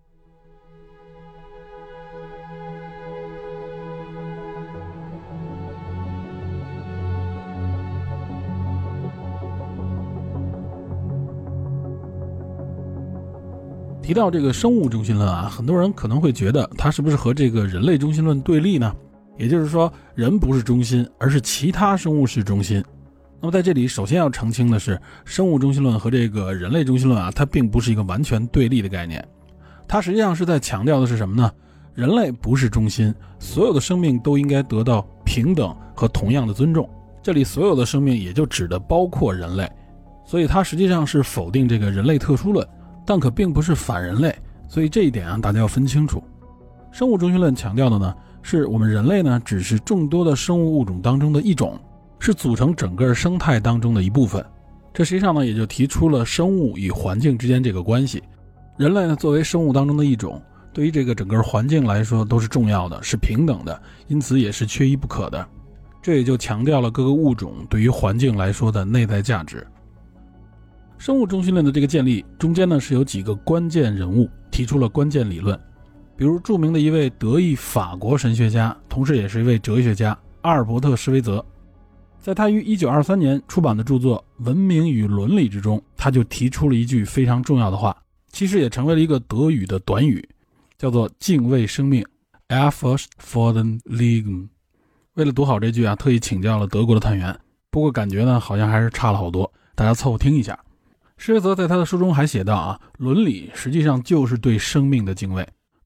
提到这个生物中心论啊，很多人可能会觉得它是不是和这个人类中心论对立呢？也就是说，人不是中心，而是其他生物是中心。那么在这里首先要澄清的是，生物中心论和这个人类中心论啊，它并不是一个完全对立的概念。它实际上是在强调的是什么呢？人类不是中心，所有的生命都应该得到平等和同样的尊重。这里所有的生命也就指的包括人类，所以它实际上是否定这个人类特殊论，但可并不是反人类，所以这一点啊，大家要分清楚。生物中心论强调的呢，是我们人类呢只是众多的生物物种当中的一种，是组成整个生态当中的一部分。这实际上呢，也就提出了生物与环境之间这个关系。人类呢作为生物当中的一种，对于这个整个环境来说都是重要的，是平等的，因此也是缺一不可的。这也就强调了各个物种对于环境来说的内在价值。生物中心论的这个建立中间呢，是有几个关键人物提出了关键理论，比如著名的一位德裔法国神学家，同时也是一位哲学家阿尔伯特·施维泽。在他于一九二三年出版的著作《文明与伦理》之中，他就提出了一句非常重要的话，其实也成为了一个德语的短语，叫做敬畏生命 Ehrfurcht vor dem Leben。 为了读好这句啊，特意请教了德国的探员，不过感觉呢好像还是差了好多，大家凑合听一下。施维泽在他的书中还写道啊，伦理实际上就是对生命的敬畏，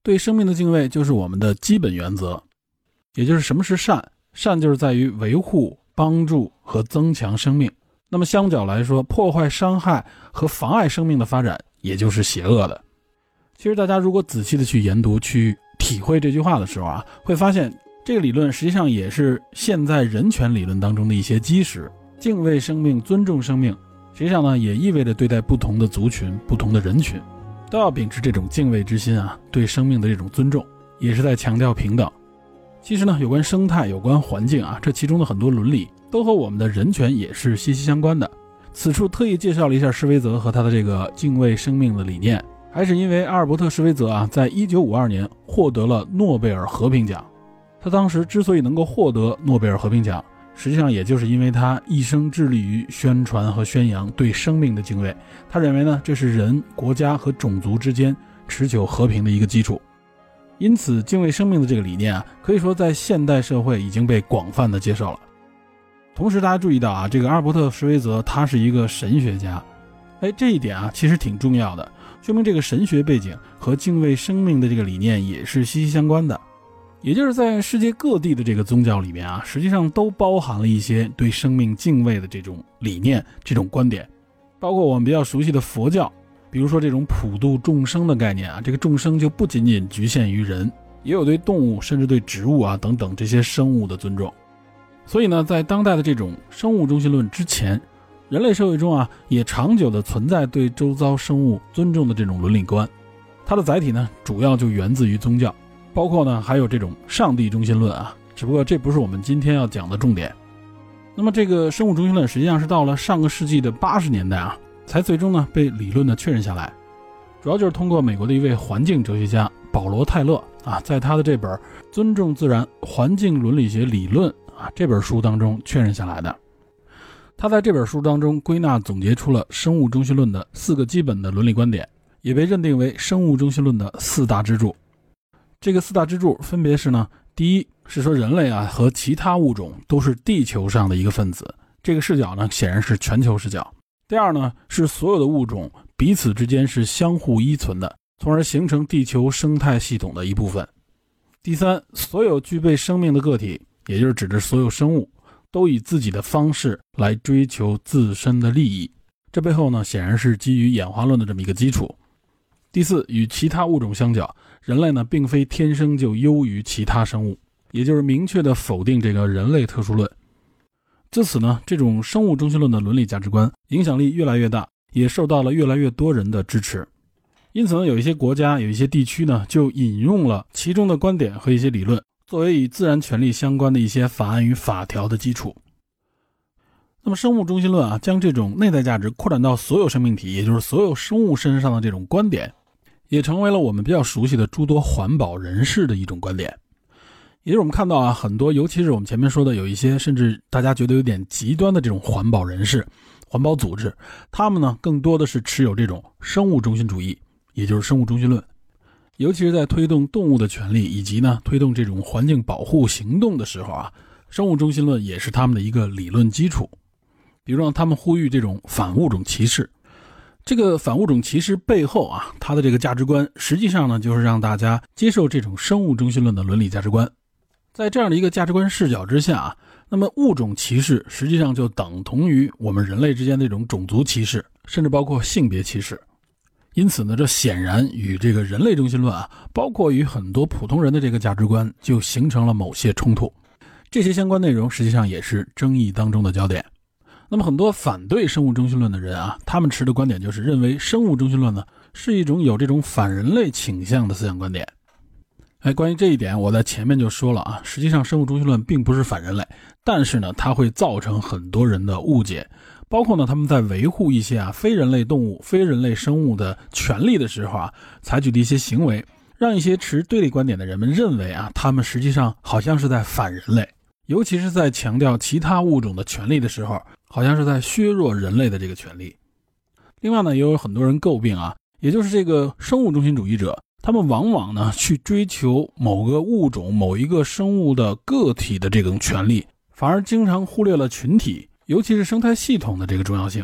对生命的敬畏就是我们的基本原则。也就是什么是善？善就是在于维护、帮助和增强生命。那么相较来说，破坏、伤害和妨碍生命的发展，也就是邪恶的。其实大家如果仔细的去研读、去体会这句话的时候啊，会发现这个理论实际上也是现在人权理论当中的一些基石。敬畏生命、尊重生命，实际上呢，也意味着对待不同的族群、不同的人群，都要秉持这种敬畏之心啊，对生命的这种尊重，也是在强调平等。其实呢，有关生态、有关环境啊，这其中的很多伦理都和我们的人权也是息息相关的。此处特意介绍了一下施维泽和他的这个敬畏生命的理念，还是因为阿尔伯特·施维泽啊，在一九五二年获得了诺贝尔和平奖。他当时之所以能够获得诺贝尔和平奖，实际上也就是因为他一生致力于宣传和宣扬对生命的敬畏。他认为呢，这是人、国家和种族之间持久和平的一个基础。因此敬畏生命的这个理念啊，可以说在现代社会已经被广泛的接受了。同时大家注意到啊，这个阿尔伯特·施维泽他是一个神学家，哎，这一点啊其实挺重要的，说明这个神学背景和敬畏生命的这个理念也是息息相关的。也就是在世界各地的这个宗教里面啊，实际上都包含了一些对生命敬畏的这种理念、这种观点。包括我们比较熟悉的佛教，比如说这种普度众生的概念啊，这个众生就不仅仅局限于人，也有对动物甚至对植物啊等等这些生物的尊重。所以呢，在当代的这种生物中心论之前，人类社会中啊也长久的存在对周遭生物尊重的这种伦理观。它的载体呢主要就源自于宗教，包括呢还有这种上帝中心论啊，只不过这不是我们今天要讲的重点。那么这个生物中心论实际上是到了上个世纪的八十年代啊，才最终呢被理论的确认下来。主要就是通过美国的一位环境哲学家保罗·泰勒啊，在他的这本《尊重自然环境伦理学理论》啊这本书当中确认下来的。他在这本书当中归纳总结出了生物中心论的四个基本的伦理观点，也被认定为生物中心论的四大支柱。这个四大支柱分别是呢，第一是说人类啊和其他物种都是地球上的一个分子，这个视角呢显然是全球视角。第二呢是所有的物种彼此之间是相互依存的，从而形成地球生态系统的一部分。第三，所有具备生命的个体，也就是指的所有生物，都以自己的方式来追求自身的利益，这背后呢显然是基于演化论的这么一个基础。第四，与其他物种相较，人类呢并非天生就优于其他生物，也就是明确的否定这个人类特殊论。自此呢，这种生物中心论的伦理价值观影响力越来越大，也受到了越来越多人的支持。因此呢，有一些国家有一些地区呢就引用了其中的观点和一些理论，作为与自然权利相关的一些法案与法条的基础。那么生物中心论啊，将这种内在价值扩展到所有生命体，也就是所有生物身上的这种观点，也成为了我们比较熟悉的诸多环保人士的一种观点。也就是我们看到啊，很多尤其是我们前面说的有一些甚至大家觉得有点极端的这种环保人士、环保组织，他们呢更多的是持有这种生物中心主义，也就是生物中心论。尤其是在推动动物的权利以及呢推动这种环境保护行动的时候啊，生物中心论也是他们的一个理论基础。比如让他们呼吁这种反物种歧视，这个反物种歧视背后啊，它的这个价值观实际上呢就是让大家接受这种生物中心论的伦理价值观。在这样的一个价值观视角之下啊，那么物种歧视实际上就等同于我们人类之间的这种种族歧视，甚至包括性别歧视。因此呢，这显然与这个人类中心论啊，包括与很多普通人的这个价值观就形成了某些冲突。这些相关内容实际上也是争议当中的焦点。那么很多反对生物中心论的人啊，他们持的观点就是认为生物中心论呢是一种有这种反人类倾向的思想观点。哎，关于这一点我在前面就说了啊，实际上生物中心论并不是反人类，但是呢它会造成很多人的误解，包括呢他们在维护一些啊非人类动物、非人类生物的权利的时候啊，采取的一些行为，让一些持对立观点的人们认为啊，他们实际上好像是在反人类，尤其是在强调其他物种的权利的时候，好像是在削弱人类的这个权利。另外呢，也有很多人诟病啊，也就是这个生物中心主义者，他们往往呢去追求某个物种、某一个生物的个体的这种权利，反而经常忽略了群体，尤其是生态系统的这个重要性。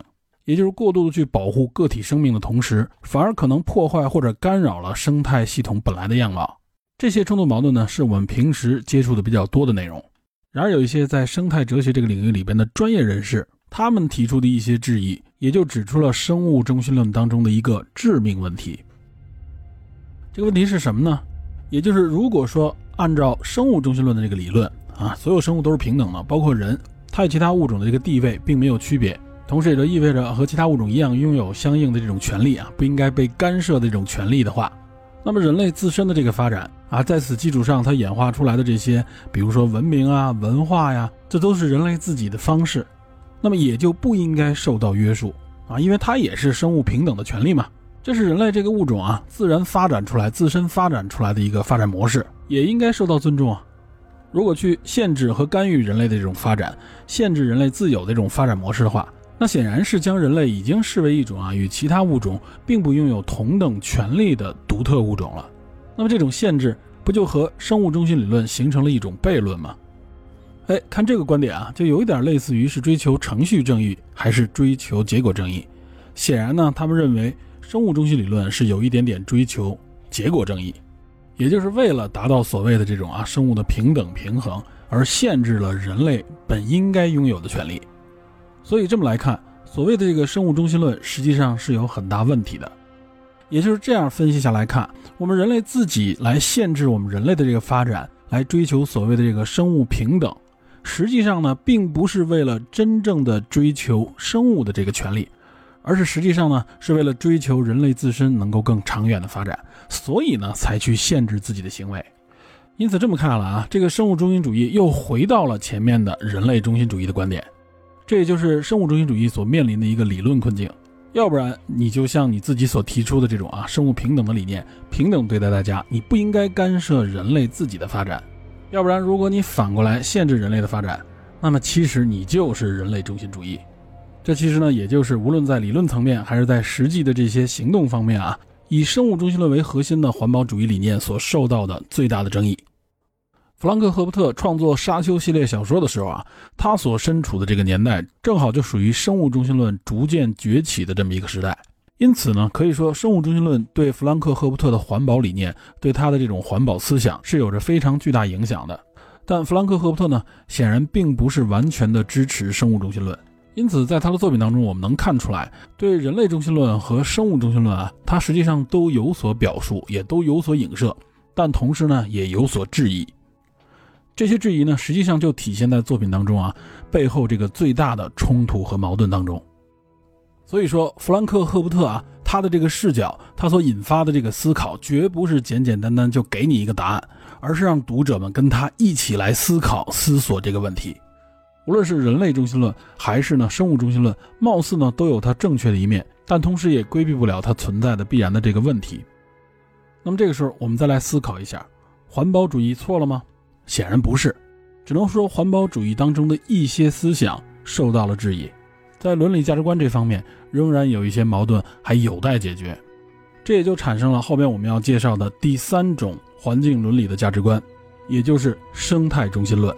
也就是过度的去保护个体生命的同时，反而可能破坏或者干扰了生态系统本来的样貌。这些冲突矛盾呢，是我们平时接触的比较多的内容。然而有一些在生态哲学这个领域里边的专业人士，他们提出的一些质疑，也就指出了生物中心论当中的一个致命问题。这个问题是什么呢？也就是如果说按照生物中心论的这个理论啊，所有生物都是平等的，包括人，它与其他物种的这个地位并没有区别，同时也就意味着和其他物种一样拥有相应的这种权利啊，不应该被干涉的这种权利的话，那么人类自身的这个发展啊，在此基础上它演化出来的这些，比如说文明啊、文化呀，这都是人类自己的方式，那么也就不应该受到约束啊，因为它也是生物平等的权利嘛。这是人类这个物种啊自然发展出来、自身发展出来的一个发展模式，也应该受到尊重啊。如果去限制和干预人类的这种发展，限制人类自有的这种发展模式的话，那显然是将人类已经视为一种啊与其他物种并不拥有同等权利的独特物种了。那么这种限制不就和生物中心理论形成了一种悖论吗？哎，看这个观点啊，就有一点类似于是追求程序正义还是追求结果正义。显然呢，他们认为生物中心理论是有一点点追求结果正义，也就是为了达到所谓的这种啊生物的平等平衡，而限制了人类本应该拥有的权利。所以这么来看，所谓的这个生物中心论实际上是有很大问题的。也就是这样分析下来看，我们人类自己来限制我们人类的这个发展，来追求所谓的这个生物平等，实际上呢并不是为了真正的追求生物的这个权利，而是实际上呢是为了追求人类自身能够更长远的发展，所以呢才去限制自己的行为。因此这么看了啊，这个生物中心主义又回到了前面的人类中心主义的观点。这也就是生物中心主义所面临的一个理论困境，要不然你就像你自己所提出的这种啊生物平等的理念，平等对待大家，你不应该干涉人类自己的发展；要不然如果你反过来限制人类的发展，那么其实你就是人类中心主义。这其实呢，也就是无论在理论层面还是在实际的这些行动方面啊，以生物中心论为核心的环保主义理念所受到的最大的争议。弗兰克·赫伯特创作《沙丘》系列小说的时候啊，他所身处的这个年代正好就属于生物中心论逐渐崛起的这么一个时代。因此呢，可以说生物中心论对弗兰克·赫伯特的环保理念，对他的这种环保思想是有着非常巨大影响的。但弗兰克·赫伯特呢，显然并不是完全的支持生物中心论。因此在他的作品当中，我们能看出来，对人类中心论和生物中心论啊，他实际上都有所表述，也都有所影射，但同时呢也有所质疑。这些质疑呢，实际上就体现在作品当中啊，背后这个最大的冲突和矛盾当中。所以说，弗兰克·赫伯特啊，他的这个视角，他所引发的这个思考，绝不是简简单单就给你一个答案，而是让读者们跟他一起来思考、思索这个问题。无论是人类中心论，还是呢生物中心论，貌似呢都有它正确的一面，但同时也规避不了它存在的必然的这个问题。那么这个时候，我们再来思考一下，环保主义错了吗？显然不是，只能说环保主义当中的一些思想受到了质疑，在伦理价值观这方面仍然有一些矛盾还有待解决。这也就产生了后面我们要介绍的第三种环境伦理的价值观，也就是生态中心论。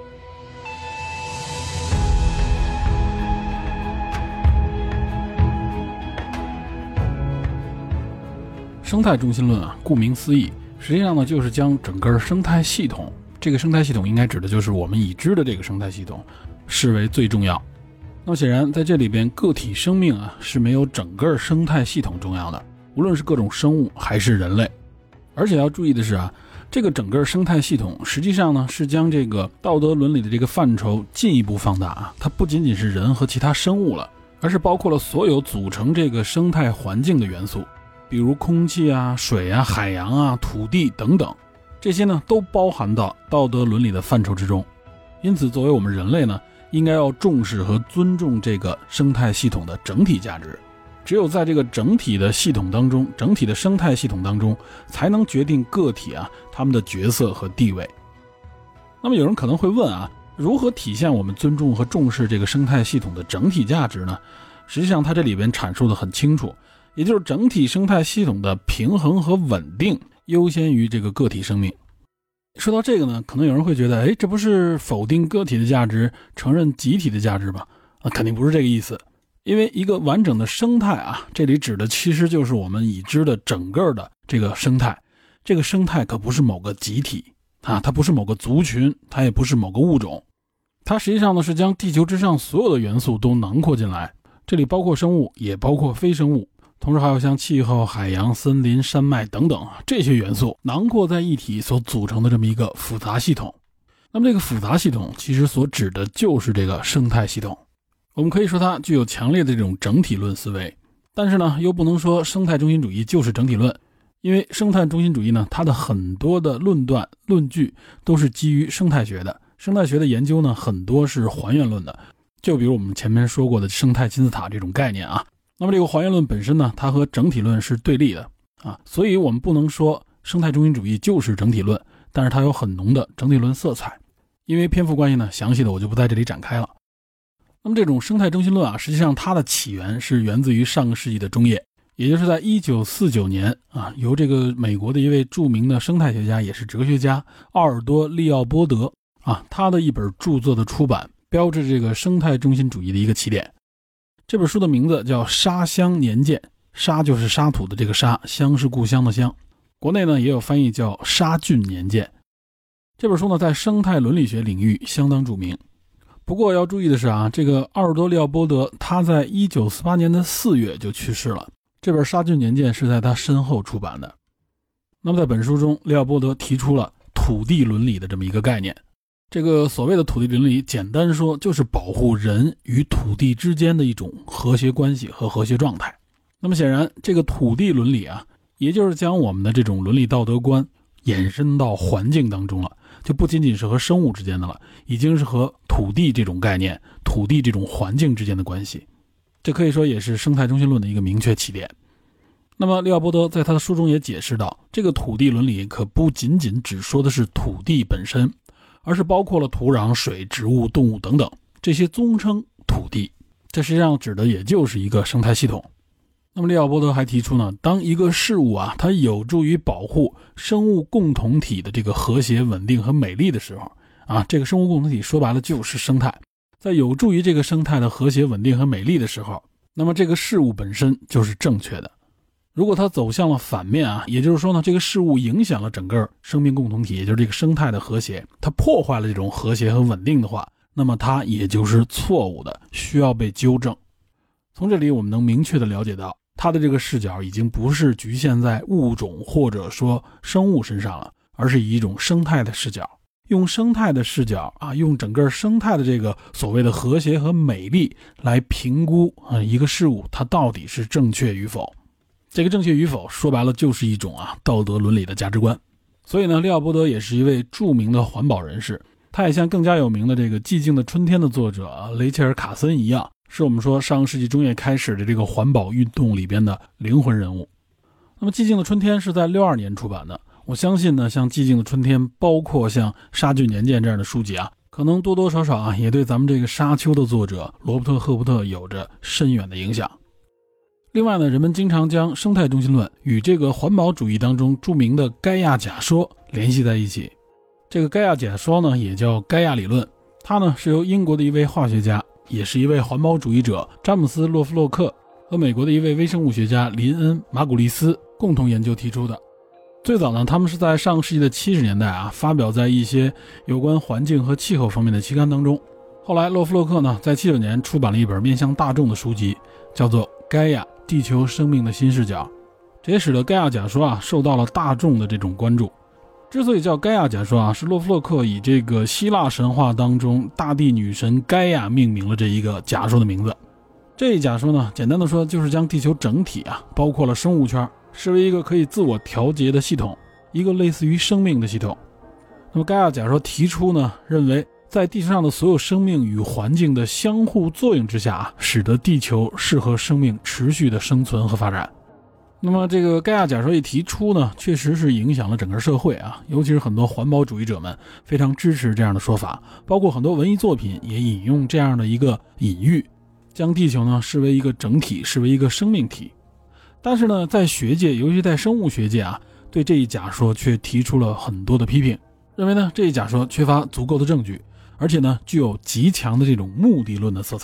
生态中心论啊，顾名思义，实际上呢就是将整个生态系统，这个生态系统应该指的就是我们已知的这个生态系统，视为最重要。那么显然在这里边，个体生命啊是没有整个生态系统重要的，无论是各种生物还是人类。而且要注意的是啊，这个整个生态系统实际上呢是将这个道德伦理的这个范畴进一步放大啊，它不仅仅是人和其他生物了，而是包括了所有组成这个生态环境的元素，比如空气啊、水啊、海洋啊、土地等等，这些呢都包含到道德伦理的范畴之中。因此作为我们人类呢，应该要重视和尊重这个生态系统的整体价值。只有在这个整体的系统当中，整体的生态系统当中，才能决定个体啊他们的角色和地位。那么有人可能会问啊，如何体现我们尊重和重视这个生态系统的整体价值呢？实际上它这里边阐述的很清楚，也就是整体生态系统的平衡和稳定优先于这个个体生命。说到这个呢，可能有人会觉得，哎，这不是否定个体的价值，承认集体的价值吗？啊，肯定不是这个意思。 因为一个完整的生态啊，这里指的其实就是我们已知的整个的这个生态。这个生态可不是某个集体啊，它不是某个族群，它也不是某个物种，它实际上呢是将地球之上所有的元素都囊括进来，这里包括生物，也包括非生物，同时还有像气候、海洋、森林、山脉等等这些元素囊括在一体所组成的这么一个复杂系统。那么这个复杂系统其实所指的就是这个生态系统。我们可以说它具有强烈的这种整体论思维，但是呢又不能说生态中心主义就是整体论，因为生态中心主义呢，它的很多的论断论据都是基于生态学的，生态学的研究呢很多是还原论的，就比如我们前面说过的生态金字塔这种概念啊。那么这个还原论本身呢，它和整体论是对立的啊，所以我们不能说生态中心主义就是整体论，但是它有很浓的整体论色彩。因为篇幅关系呢，详细的我就不在这里展开了。那么这种生态中心论啊，实际上它的起源是源自于上个世纪的中叶，也就是在一九四九年啊，由这个美国的一位著名的生态学家也是哲学家奥尔多·利奥波德啊，他的一本著作的出版，标志这个生态中心主义的一个起点。这本书的名字叫《沙乡年鉴》，沙就是沙土的这个沙，乡是故乡的乡，国内呢也有翻译叫《沙郡年鉴》。这本书呢在生态伦理学领域相当著名。不过要注意的是啊，这个奥尔多·利奥波德他在一九四八年的四月就去世了，这本《沙郡年鉴》是在他身后出版的。那么在本书中，利奥波德提出了土地伦理的这么一个概念。这个所谓的土地伦理，简单说就是保护人与土地之间的一种和谐关系和和谐状态。那么显然，这个土地伦理啊，也就是将我们的这种伦理道德观延伸到环境当中了，就不仅仅是和生物之间的了，已经是和土地这种概念、土地这种环境之间的关系。这可以说也是生态中心论的一个明确起点。那么利奥波德在他的书中也解释到，这个土地伦理可不仅仅只说的是土地本身，而是包括了土壤、水、植物、动物等等，这些综称土地。这实际上指的也就是一个生态系统。那么利奥波德还提出呢，当一个事物啊，它有助于保护生物共同体的这个和谐、稳定和美丽的时候啊，这个生物共同体说白了就是生态，在有助于这个生态的和谐、稳定和美丽的时候，那么这个事物本身就是正确的。如果它走向了反面啊，也就是说呢，这个事物影响了整个生命共同体，也就是这个生态的和谐，它破坏了这种和谐和稳定的话，那么它也就是错误的，需要被纠正。从这里我们能明确的了解到，它的这个视角已经不是局限在物种或者说生物身上了，而是以一种生态的视角，用生态的视角啊，用整个生态的这个所谓的和谐和美丽来评估啊一个事物它到底是正确与否。这个正确与否说白了就是一种啊道德伦理的价值观。所以呢，利奥波德也是一位著名的环保人士，他也像更加有名的这个《寂静的春天》的作者雷切尔·卡森一样，是我们说上个世纪中叶开始的这个环保运动里边的灵魂人物。那么《寂静的春天》是在六二年出版的，我相信呢，像《寂静的春天》包括像《沙郡年鉴》这样的书籍啊，可能多多少少啊也对咱们这个沙丘的作者罗伯特·赫伯特有着深远的影响。另外呢，人们经常将生态中心论与这个环保主义当中著名的盖亚假说联系在一起。这个盖亚假说呢也叫盖亚理论，它呢是由英国的一位化学家，也是一位环保主义者詹姆斯·洛夫洛克和美国的一位微生物学家林恩·马古利斯共同研究提出的。最早呢，他们是在上个世纪的七十年代啊，发表在一些有关环境和气候方面的期刊当中。后来洛夫洛克呢，在七九年出版了一本面向大众的书籍，叫做《盖亚：地球生命的新视角》，这也使得盖亚假说啊受到了大众的这种关注。之所以叫盖亚假说啊，是洛夫洛克以这个希腊神话当中大地女神盖亚命名了这一个假说的名字。这一假说呢，简单的说就是将地球整体啊，包括了生物圈，视为一个可以自我调节的系统，一个类似于生命的系统。那么盖亚假说提出呢，认为在地球上的所有生命与环境的相互作用之下啊，使得地球适合生命持续的生存和发展。那么这个盖亚假说一提出呢，确实是影响了整个社会啊，尤其是很多环保主义者们非常支持这样的说法，包括很多文艺作品也引用这样的一个隐喻，将地球呢视为一个整体，视为一个生命体。但是呢，在学界，尤其在生物学界啊，对这一假说却提出了很多的批评，认为呢这一假说缺乏足够的证据，而且呢具有极强的这种目的论的色彩。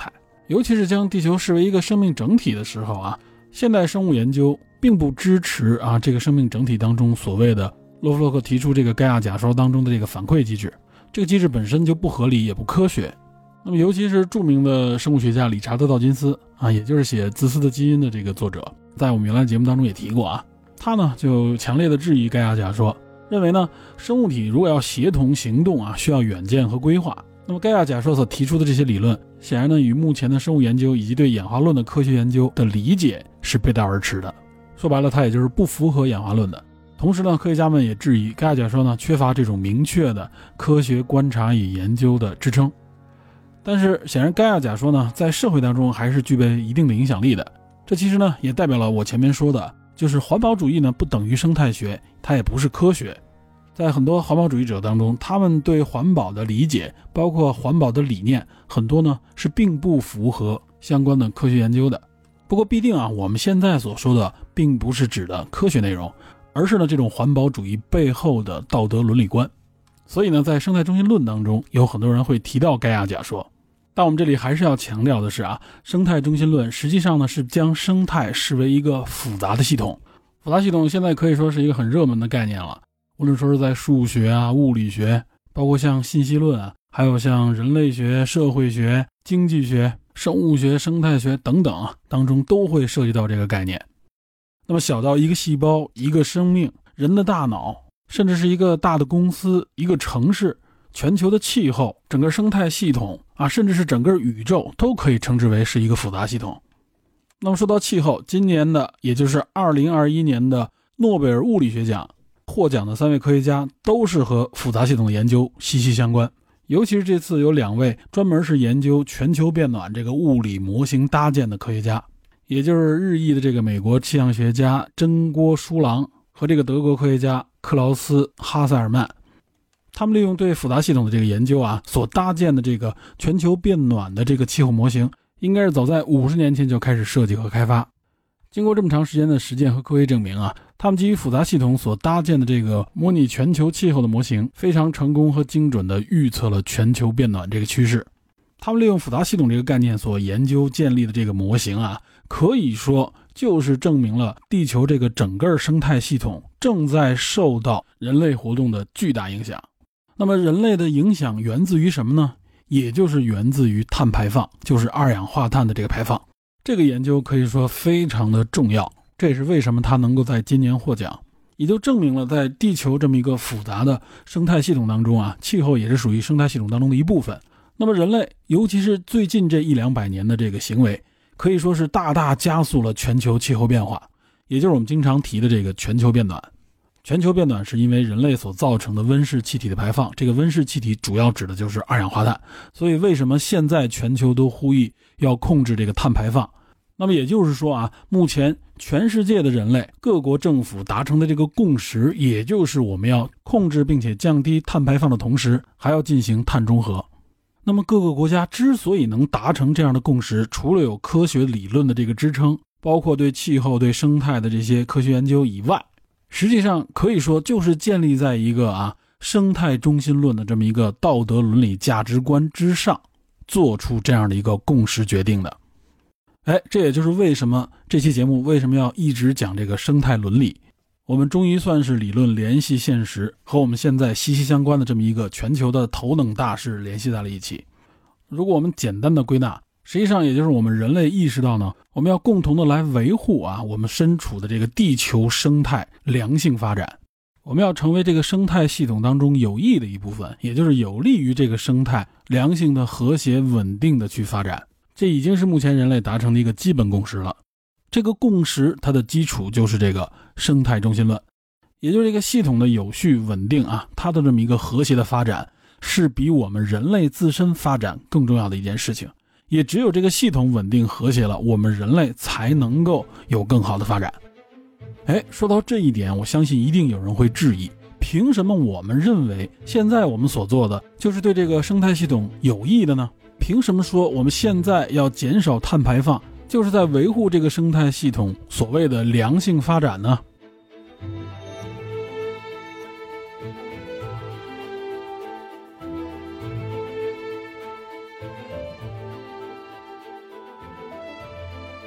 尤其是将地球视为一个生命整体的时候啊，现代生物研究并不支持啊这个生命整体当中所谓的洛夫洛克提出这个盖亚假说当中的这个反馈机制，这个机制本身就不合理也不科学。那么尤其是著名的生物学家理查德道金斯啊，也就是写《自私的基因》的这个作者，在我们原来节目当中也提过啊，他呢就强烈的质疑盖亚假说，认为呢生物体如果要协同行动啊，需要远见和规划。那么盖亚假说所提出的这些理论，显然呢与目前的生物研究以及对演化论的科学研究的理解是背道而驰的。说白了，它也就是不符合演化论的。同时呢，科学家们也质疑盖亚假说呢缺乏这种明确的科学观察与研究的支撑。但是显然盖亚假说呢在社会当中还是具备一定的影响力的。这其实呢也代表了我前面说的，就是环保主义呢不等于生态学，它也不是科学。在很多环保主义者当中，他们对环保的理解，包括环保的理念，很多呢是并不符合相关的科学研究的。不过必定啊，我们现在所说的并不是指的科学内容，而是呢这种环保主义背后的道德伦理观。所以呢，在生态中心论当中，有很多人会提到盖亚假说。但我们这里还是要强调的是啊，生态中心论实际上呢是将生态视为一个复杂的系统。复杂系统现在可以说是一个很热门的概念了。无论说是在数学啊、物理学，包括像信息论啊，还有像人类学、社会学、经济学、生物学、生态学等等啊，当中都会涉及到这个概念。那么小到一个细胞、一个生命、人的大脑，甚至是一个大的公司、一个城市、全球的气候、整个生态系统啊，甚至是整个宇宙，都可以称之为是一个复杂系统。那么说到气候，今年的也就是二零二一年的诺贝尔物理学奖获奖的三位科学家都是和复杂系统的研究息息相关。尤其是这次有两位专门是研究全球变暖这个物理模型搭建的科学家，也就是日裔的这个美国气象学家真锅书郎和这个德国科学家克劳斯哈塞尔曼。他们利用对复杂系统的这个研究啊，所搭建的这个全球变暖的这个气候模型，应该是早在五十年前就开始设计和开发。经过这么长时间的实践和科学证明啊，他们基于复杂系统所搭建的这个模拟全球气候的模型，非常成功和精准地预测了全球变暖这个趋势。他们利用复杂系统这个概念所研究建立的这个模型啊，可以说就是证明了地球这个整个生态系统正在受到人类活动的巨大影响。那么人类的影响源自于什么呢？也就是源自于碳排放，就是二氧化碳的这个排放。这个研究可以说非常的重要，这也是为什么它能够在今年获奖，也就证明了在地球这么一个复杂的生态系统当中啊，气候也是属于生态系统当中的一部分。那么人类尤其是最近这一两百年的这个行为，可以说是大大加速了全球气候变化，也就是我们经常提的这个全球变暖。全球变暖是因为人类所造成的温室气体的排放，这个温室气体主要指的就是二氧化碳。所以为什么现在全球都呼吁要控制这个碳排放？那么也就是说啊，目前全世界的人类各国政府达成的这个共识，也就是我们要控制并且降低碳排放的同时，还要进行碳中和。那么各个国家之所以能达成这样的共识，除了有科学理论的这个支撑，包括对气候、对生态的这些科学研究以外，实际上可以说就是建立在一个啊生态中心论的这么一个道德伦理价值观之上，做出这样的一个共识决定的。哎，这也就是为什么这期节目为什么要一直讲这个生态伦理。我们终于算是理论联系现实，和我们现在息息相关的这么一个全球的头等大事联系在了一起。如果我们简单的归纳，实际上也就是我们人类意识到呢，我们要共同的来维护啊我们身处的这个地球生态良性发展，我们要成为这个生态系统当中有益的一部分，也就是有利于这个生态良性的和谐稳定的去发展。这已经是目前人类达成的一个基本共识了。这个共识它的基础就是这个生态中心论，也就是这个系统的有序稳定啊，它的这么一个和谐的发展是比我们人类自身发展更重要的一件事情。也只有这个系统稳定和谐了，我们人类才能够有更好的发展。哎，说到这一点，我相信一定有人会质疑，凭什么我们认为现在我们所做的就是对这个生态系统有益的呢？凭什么说我们现在要减少碳排放，就是在维护这个生态系统所谓的良性发展呢？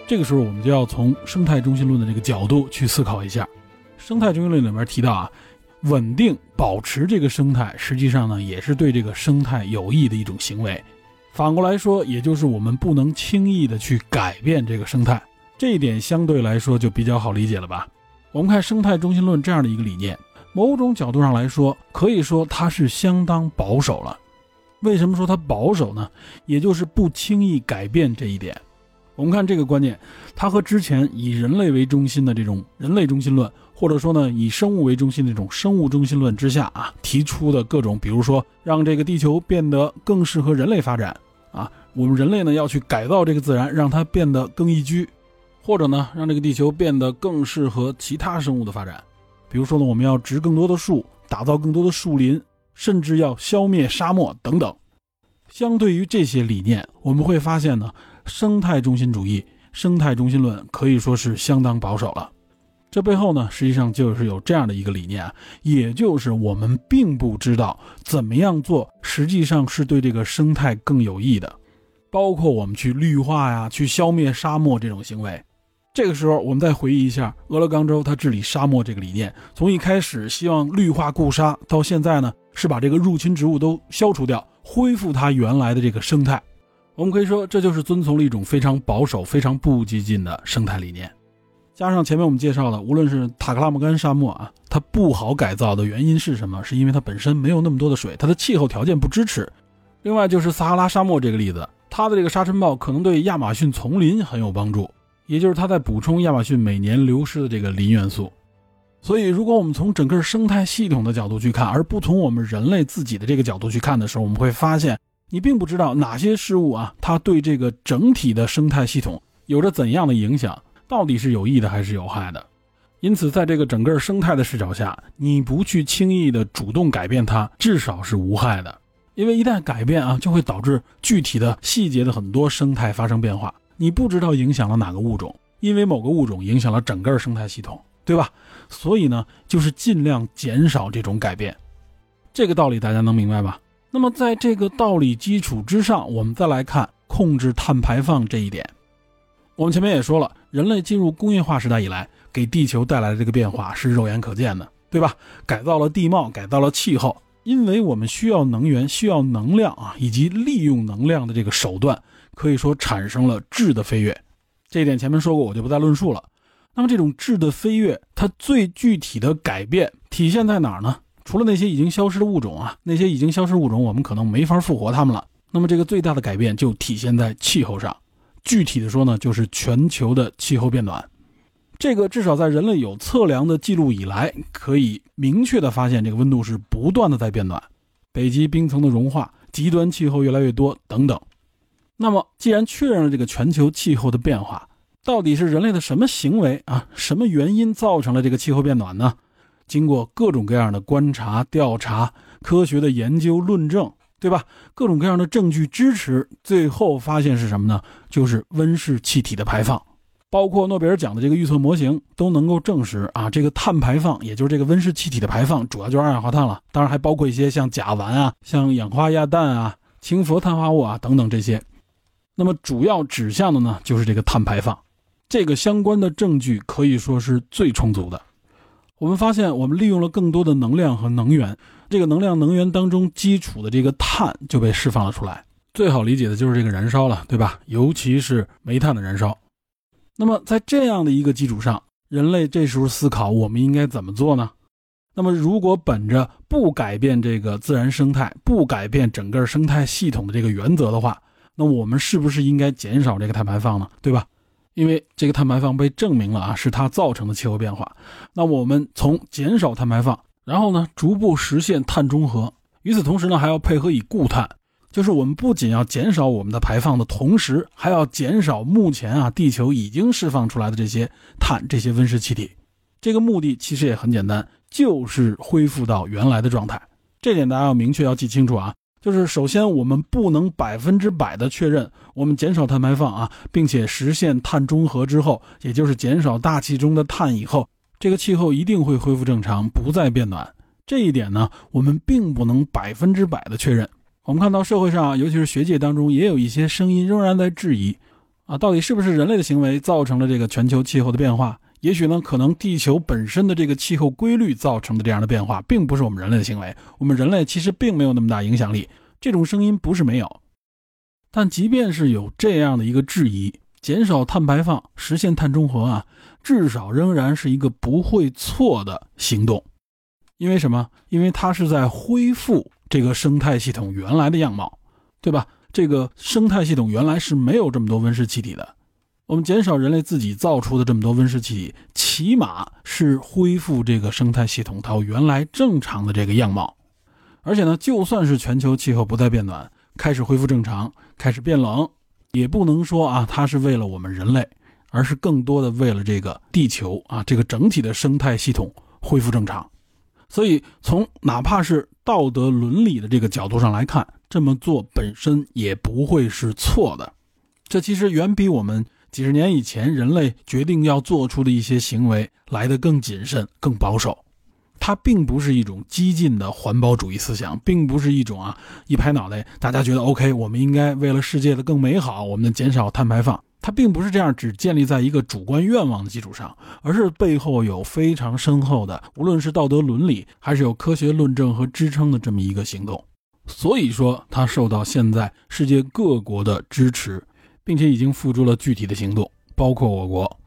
这个时候我们就要从生态中心论的这个角度去思考一下。生态中心论里面提到啊，稳定保持这个生态，实际上呢也是对这个生态有益的一种行为。反过来说，也就是我们不能轻易的去改变这个生态，这一点相对来说就比较好理解了吧。我们看生态中心论这样的一个理念，某种角度上来说，可以说它是相当保守了。为什么说它保守呢？也就是不轻易改变这一点。我们看这个观念，它和之前以人类为中心的这种人类中心论，或者说呢以生物为中心的这种生物中心论之下啊，提出的各种，比如说让这个地球变得更适合人类发展啊，我们人类呢要去改造这个自然，让它变得更宜居，或者呢让这个地球变得更适合其他生物的发展。比如说呢，我们要植更多的树，打造更多的树林，甚至要消灭沙漠等等。相对于这些理念，我们会发现呢，生态中心主义、生态中心论可以说是相当保守了。这背后呢，实际上就是有这样的一个理念啊，也就是我们并不知道怎么样做实际上是对这个生态更有益的，包括我们去绿化呀、去消灭沙漠这种行为。这个时候我们再回忆一下俄勒冈州它治理沙漠这个理念，从一开始希望绿化固沙，到现在呢是把这个入侵植物都消除掉，恢复它原来的这个生态。我们可以说这就是遵从了一种非常保守、非常不激进的生态理念。加上前面我们介绍的，无论是塔克拉玛干沙漠啊，它不好改造的原因是什么？是因为它本身没有那么多的水，它的气候条件不支持。另外就是撒哈拉沙漠这个例子，它的这个沙尘暴可能对亚马逊丛林很有帮助，也就是它在补充亚马逊每年流失的这个磷元素。所以如果我们从整个生态系统的角度去看，而不从我们人类自己的这个角度去看的时候，我们会发现你并不知道哪些事物啊，它对这个整体的生态系统有着怎样的影响，到底是有益的还是有害的。因此在这个整个生态的视角下，你不去轻易的主动改变它，至少是无害的。因为一旦改变啊，就会导致具体的细节的很多生态发生变化，你不知道影响了哪个物种，因为某个物种影响了整个生态系统，对吧？所以呢，就是尽量减少这种改变。这个道理大家能明白吧？那么在这个道理基础之上，我们再来看控制碳排放这一点。我们前面也说了，人类进入工业化时代以来，给地球带来的这个变化是肉眼可见的，对吧？改造了地貌，改造了气候，因为我们需要能源，需要能量啊，以及利用能量的这个手段，可以说产生了质的飞跃。这一点前面说过，我就不再论述了。那么这种质的飞跃，它最具体的改变体现在哪儿呢？除了那些已经消失的物种啊，那些已经消失物种我们可能没法复活它们了，那么这个最大的改变就体现在气候上。具体的说呢，就是全球的气候变暖。这个至少在人类有测量的记录以来，可以明确的发现这个温度是不断的在变暖，北极冰层的融化，极端气候越来越多等等。那么既然确认了这个全球气候的变化，到底是人类的什么行为啊，什么原因造成了这个气候变暖呢？经过各种各样的观察、调查、科学的研究论证，对吧？各种各样的证据支持，最后发现是什么呢？就是温室气体的排放。包括诺贝尔奖的这个预测模型都能够证实啊，这个碳排放，也就是这个温室气体的排放，主要就是二氧化碳了，当然还包括一些像甲烷啊、像氧化亚氮啊、氢氟碳化物啊等等这些。那么主要指向的呢，就是这个碳排放。这个相关的证据可以说是最充足的。我们发现我们利用了更多的能量和能源，这个能量能源当中基础的这个碳就被释放了出来。最好理解的就是这个燃烧了，对吧？尤其是煤炭的燃烧。那么在这样的一个基础上，人类这时候思考我们应该怎么做呢？那么如果本着不改变这个自然生态，不改变整个生态系统的这个原则的话，那我们是不是应该减少这个碳排放呢？对吧？因为这个碳排放被证明了啊，是它造成的气候变化。那我们从减少碳排放，然后呢，逐步实现碳中和。与此同时呢，还要配合以固碳，就是我们不仅要减少我们的排放的同时，还要减少目前啊地球已经释放出来的这些碳、这些温室气体。这个目的其实也很简单，就是恢复到原来的状态。这点大家要明确要记清楚啊。就是首先我们不能百分之百的确认我们减少碳排放啊，并且实现碳中和之后，也就是减少大气中的碳以后，这个气候一定会恢复正常，不再变暖。这一点呢，我们并不能百分之百的确认。我们看到社会上，尤其是学界当中，也有一些声音仍然在质疑， 啊，到底是不是人类的行为造成了这个全球气候的变化？也许呢，可能地球本身的这个气候规律造成的这样的变化，并不是我们人类的行为，我们人类其实并没有那么大影响力。这种声音不是没有，但即便是有这样的一个质疑，减少碳排放，实现碳中和啊，至少仍然是一个不会错的行动。因为什么？因为它是在恢复这个生态系统原来的样貌，对吧？这个生态系统原来是没有这么多温室气体的。我们减少人类自己造出的这么多温室气体，起码是恢复这个生态系统它原来正常的这个样貌。而且呢，就算是全球气候不再变暖，开始恢复正常，开始变冷，也不能说啊，它是为了我们人类，而是更多的为了这个地球啊，这个整体的生态系统恢复正常。所以从哪怕是道德伦理的这个角度上来看，这么做本身也不会是错的。这其实远比我们几十年以前人类决定要做出的一些行为来得更谨慎、更保守。它并不是一种激进的环保主义思想，并不是一种啊一拍脑袋大家觉得 OK， 我们应该为了世界的更美好，我们减少碳排放。它并不是这样只建立在一个主观愿望的基础上，而是背后有非常深厚的，无论是道德伦理还是有科学论证和支撑的这么一个行动。所以说它受到现在世界各国的支持，并且已经付诸了具体的行动，包括我国。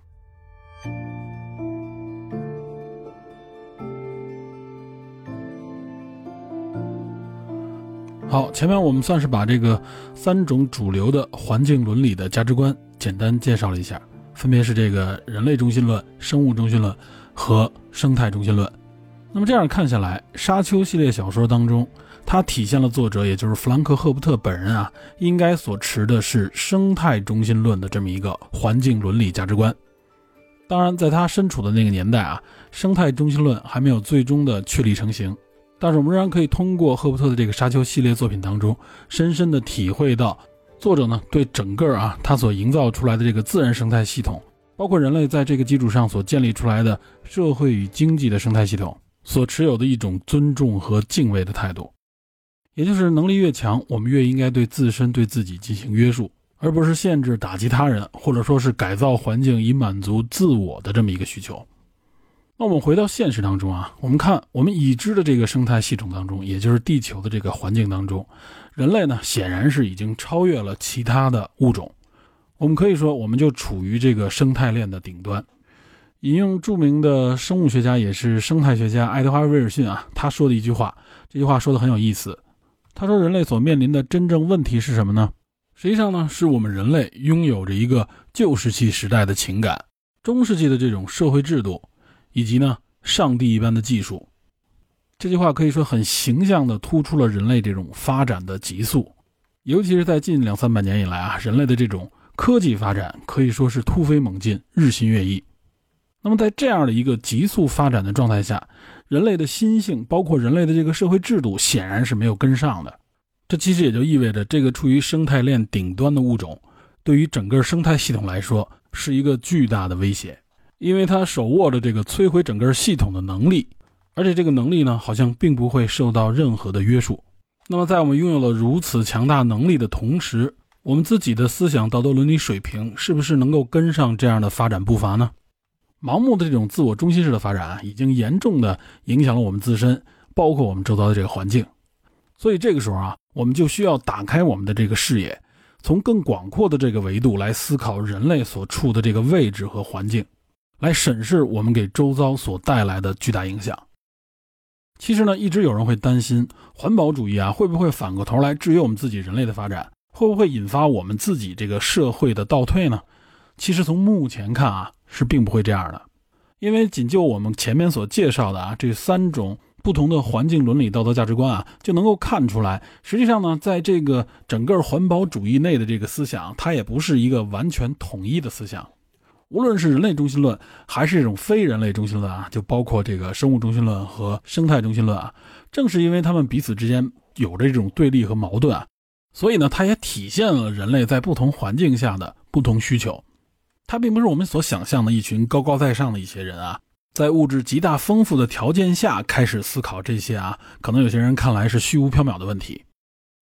好，前面我们算是把这个三种主流的环境伦理的价值观简单介绍了一下，分别是这个人类中心论、生物中心论和生态中心论。那么这样看下来，沙丘系列小说当中，它体现了作者也就是弗兰克·赫伯特本人啊，应该所持的是生态中心论的这么一个环境伦理价值观。当然在他身处的那个年代啊，生态中心论还没有最终的确立成型，但是我们仍然可以通过赫伯特的这个沙丘系列作品当中，深深的体会到作者呢对整个啊他所营造出来的这个自然生态系统，包括人类在这个基础上所建立出来的社会与经济的生态系统，所持有的一种尊重和敬畏的态度。也就是能力越强，我们越应该对自身对自己进行约束，而不是限制打击他人，或者说是改造环境以满足自我的这么一个需求。那我们回到现实当中啊，我们看我们已知的这个生态系统当中，也就是地球的这个环境当中，人类呢显然是已经超越了其他的物种。我们可以说我们就处于这个生态链的顶端。引用著名的生物学家也是生态学家爱德华·威尔逊啊，他说的一句话，这句话说的很有意思。他说人类所面临的真正问题是什么呢？实际上呢，是我们人类拥有着一个旧石器时代的情感，中世纪的这种社会制度，以及呢上帝一般的技术。这句话可以说很形象地突出了人类这种发展的急速，尤其是在近两三百年以来啊，人类的这种科技发展可以说是突飞猛进，日新月异。那么在这样的一个急速发展的状态下，人类的心性包括人类的这个社会制度显然是没有跟上的。这其实也就意味着这个处于生态链顶端的物种对于整个生态系统来说是一个巨大的威胁，因为它手握着这个摧毁整个系统的能力，而且这个能力呢好像并不会受到任何的约束。那么在我们拥有了如此强大能力的同时，我们自己的思想道德伦理水平是不是能够跟上这样的发展步伐呢？盲目的这种自我中心式的发展啊，已经严重的影响了我们自身，包括我们周遭的这个环境。所以这个时候啊，我们就需要打开我们的这个视野，从更广阔的这个维度来思考人类所处的这个位置和环境，来审视我们给周遭所带来的巨大影响。其实呢，一直有人会担心环保主义啊，会不会反过头来制约我们自己人类的发展，会不会引发我们自己这个社会的倒退呢？其实从目前看啊，是并不会这样的。因为仅就我们前面所介绍的啊，这三种不同的环境伦理道德价值观啊，就能够看出来，实际上呢，在这个整个环保主义内的这个思想，它也不是一个完全统一的思想。无论是人类中心论还是这种非人类中心论啊，就包括这个生物中心论和生态中心论啊，正是因为他们彼此之间有着这种对立和矛盾啊，所以呢，它也体现了人类在不同环境下的不同需求。它并不是我们所想象的一群高高在上的一些人啊，在物质极大丰富的条件下开始思考这些啊，可能有些人看来是虚无缥缈的问题。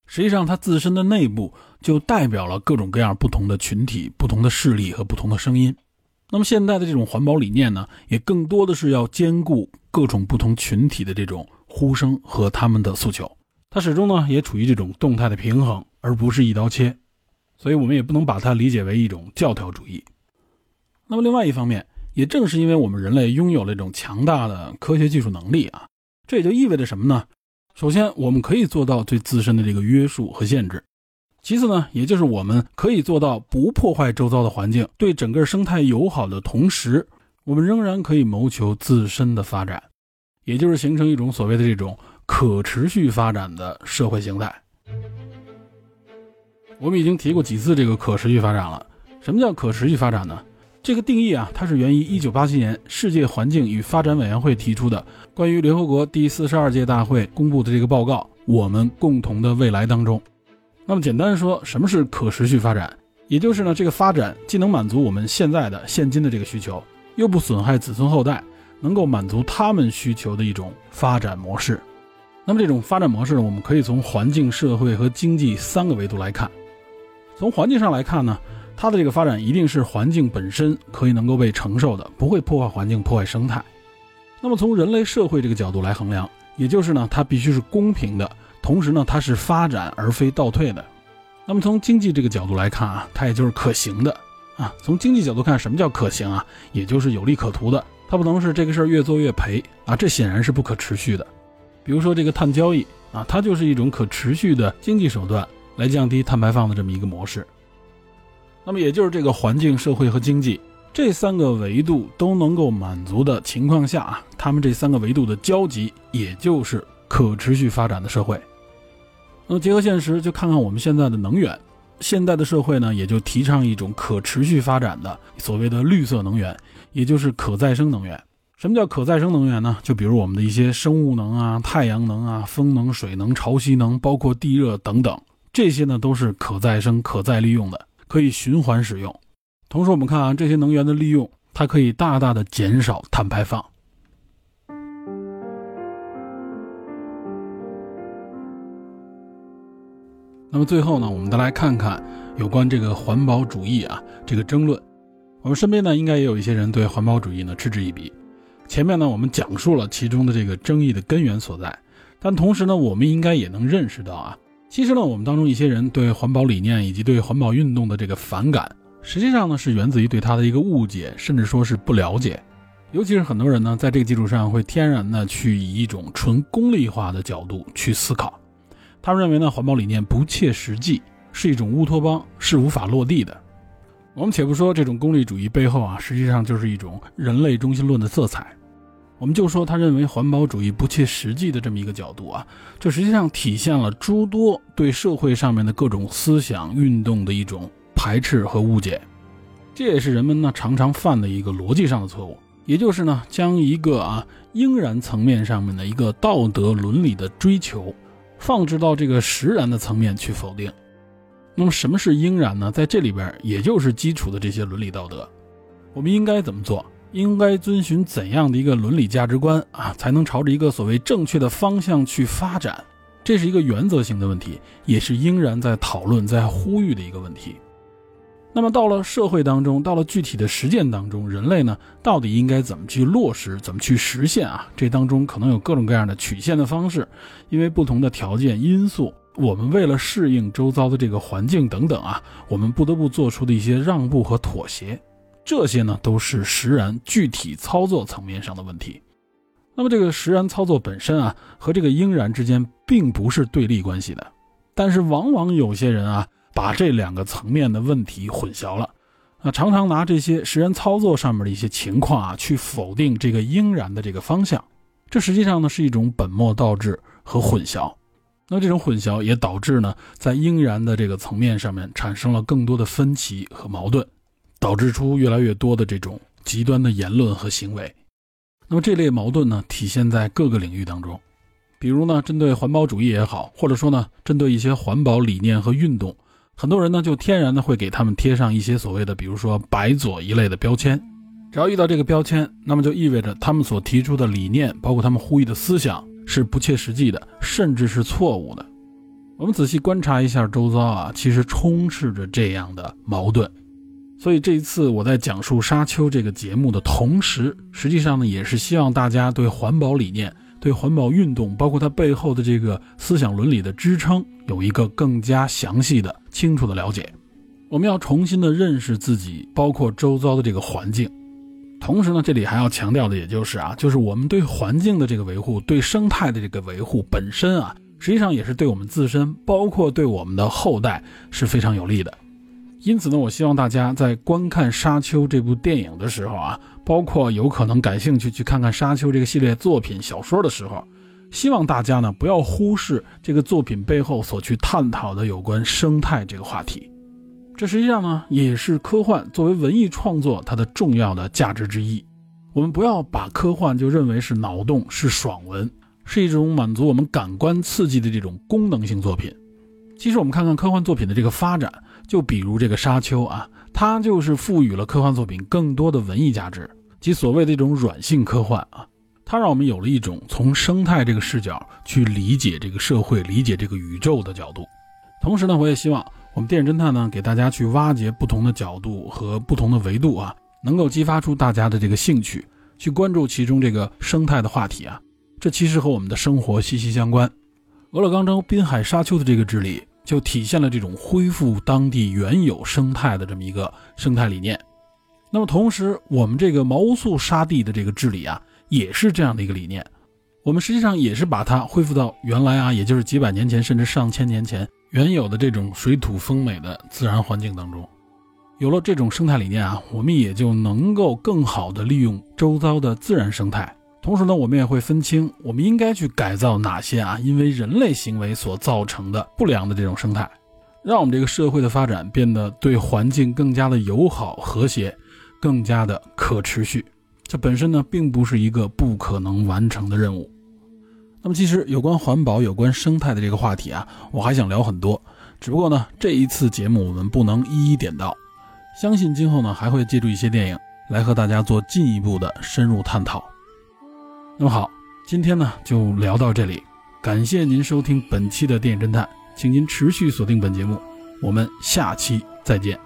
实际上它自身的内部就代表了各种各样不同的群体、不同的势力和不同的声音。那么现在的这种环保理念呢，也更多的是要兼顾各种不同群体的这种呼声和他们的诉求，它始终呢也处于这种动态的平衡，而不是一刀切，所以我们也不能把它理解为一种教条主义。那么另外一方面，也正是因为我们人类拥有了这种强大的科学技术能力啊，这也就意味着什么呢？首先我们可以做到对自身的这个约束和限制，其次呢，也就是我们可以做到不破坏周遭的环境，对整个生态友好的同时，我们仍然可以谋求自身的发展，也就是形成一种所谓的这种可持续发展的社会形态。我们已经提过几次这个可持续发展了。什么叫可持续发展呢？这个定义啊，它是源于一九八七年世界环境与发展委员会提出的关于联合国第四十二届大会公布的这个报告《我们共同的未来》当中。那么简单说，什么是可持续发展？也就是呢，这个发展既能满足我们现在的现今的这个需求，又不损害子孙后代，能够满足他们需求的一种发展模式。那么这种发展模式呢，我们可以从环境、社会和经济三个维度来看。从环境上来看呢，它的这个发展一定是环境本身可以能够被承受的，不会破坏环境、破坏生态。那么从人类社会这个角度来衡量，也就是呢，它必须是公平的，同时呢，它是发展而非倒退的。那么从经济这个角度来看啊，它也就是可行的啊。从经济角度看，什么叫可行啊？也就是有利可图的，它不能是这个事儿越做越赔啊，这显然是不可持续的。比如说这个碳交易啊，它就是一种可持续的经济手段，来降低碳排放的这么一个模式。那么也就是这个环境、社会和经济这三个维度都能够满足的情况下啊，他们这三个维度的交集，也就是可持续发展的社会。那么结合现实，就看看我们现在的能源。现代的社会呢，也就提倡一种可持续发展的所谓的绿色能源，也就是可再生能源。什么叫可再生能源呢？就比如我们的一些生物能啊、太阳能啊、风能、水能、潮汐能，包括地热等等，这些呢都是可再生、可再利用的，可以循环使用。同时我们看啊，这些能源的利用，它可以大大的减少碳排放。那么最后呢，我们再来看看有关这个环保主义啊这个争论。我们身边呢，应该也有一些人对环保主义呢嗤之以鼻。前面呢，我们讲述了其中的这个争议的根源所在，但同时呢，我们应该也能认识到啊，其实呢，我们当中一些人对环保理念以及对环保运动的这个反感，实际上呢是源自于对它的一个误解，甚至说是不了解。尤其是很多人呢，在这个基础上会天然的去以一种纯功利化的角度去思考。他们认为呢，环保理念不切实际，是一种乌托邦，是无法落地的。我们且不说这种功利主义背后啊，实际上就是一种人类中心论的色彩。我们就说他认为环保主义不切实际的这么一个角度啊，这实际上体现了诸多对社会上面的各种思想运动的一种排斥和误解。这也是人们呢常常犯的一个逻辑上的错误，也就是呢将一个啊应然层面上面的一个道德伦理的追求放置到这个实然的层面去否定。那么什么是应然呢？在这里边也就是基础的这些伦理道德，我们应该怎么做，应该遵循怎样的一个伦理价值观啊，才能朝着一个所谓正确的方向去发展，这是一个原则性的问题，也是应然在讨论在呼吁的一个问题。那么到了社会当中，到了具体的实践当中，人类呢到底应该怎么去落实，怎么去实现啊？这当中可能有各种各样的曲线的方式，因为不同的条件因素，我们为了适应周遭的这个环境等等啊，我们不得不做出的一些让步和妥协，这些呢都是实然具体操作层面上的问题。那么这个实然操作本身啊，和这个应然之间并不是对立关系的，但是往往有些人啊把这两个层面的问题混淆了啊，常常拿这些实然操作上面的一些情况啊去否定这个应然的这个方向，这实际上呢是一种本末倒置和混淆。那这种混淆也导致呢在应然的这个层面上面产生了更多的分歧和矛盾，导致出越来越多的这种极端的言论和行为。那么这类矛盾呢体现在各个领域当中，比如呢针对环保主义也好，或者说呢针对一些环保理念和运动，很多人呢就天然的会给他们贴上一些所谓的比如说白左一类的标签。只要遇到这个标签，那么就意味着他们所提出的理念，包括他们呼吁的思想是不切实际的，甚至是错误的。 我们仔细观察一下周遭啊，其实充斥着这样的矛盾。所以这一次我在讲述沙丘这个节目的同时，实际上呢也是希望大家对环保理念、对环保运动，包括它背后的这个思想伦理的支撑，有一个更加详细的、清楚的了解。我们要重新的认识自己，包括周遭的这个环境。同时呢，这里还要强调的也就是啊，就是我们对环境的这个维护，对生态的这个维护本身啊，实际上也是对我们自身，包括对我们的后代是非常有利的。因此呢，我希望大家在观看《沙丘》这部电影的时候啊，包括有可能感兴趣去看看《沙丘》这个系列作品小说的时候，希望大家呢不要忽视这个作品背后所去探讨的有关生态这个话题。这实际上呢，也是科幻作为文艺创作它的重要的价值之一。我们不要把科幻就认为是脑洞，是爽文，是一种满足我们感官刺激的这种功能性作品。其实我们看看科幻作品的这个发展，就比如这个沙丘啊，它就是赋予了科幻作品更多的文艺价值，即所谓的这种软性科幻啊，它让我们有了一种从生态这个视角去理解这个社会、理解这个宇宙的角度。同时呢，我也希望我们电影侦探呢，给大家去挖掘不同的角度和不同的维度啊，能够激发出大家的这个兴趣，去关注其中这个生态的话题啊，这其实和我们的生活息息相关。俄勒冈州滨海沙丘的这个治理，就体现了这种恢复当地原有生态的这么一个生态理念。那么同时，我们这个毛乌素沙地的这个治理啊，也是这样的一个理念。我们实际上也是把它恢复到原来啊，也就是几百年前甚至上千年前原有的这种水土丰美的自然环境当中。有了这种生态理念啊，我们也就能够更好的利用周遭的自然生态。同时呢，我们也会分清我们应该去改造哪些啊因为人类行为所造成的不良的这种生态，让我们这个社会的发展变得对环境更加的友好和谐，更加的可持续。这本身呢并不是一个不可能完成的任务。那么其实有关环保、有关生态的这个话题啊，我还想聊很多，只不过呢这一次节目我们不能一一点到，相信今后呢还会借助一些电影来和大家做进一步的深入探讨。那么好，今天呢就聊到这里，感谢您收听本期的电影侦探，请您持续锁定本节目，我们下期再见。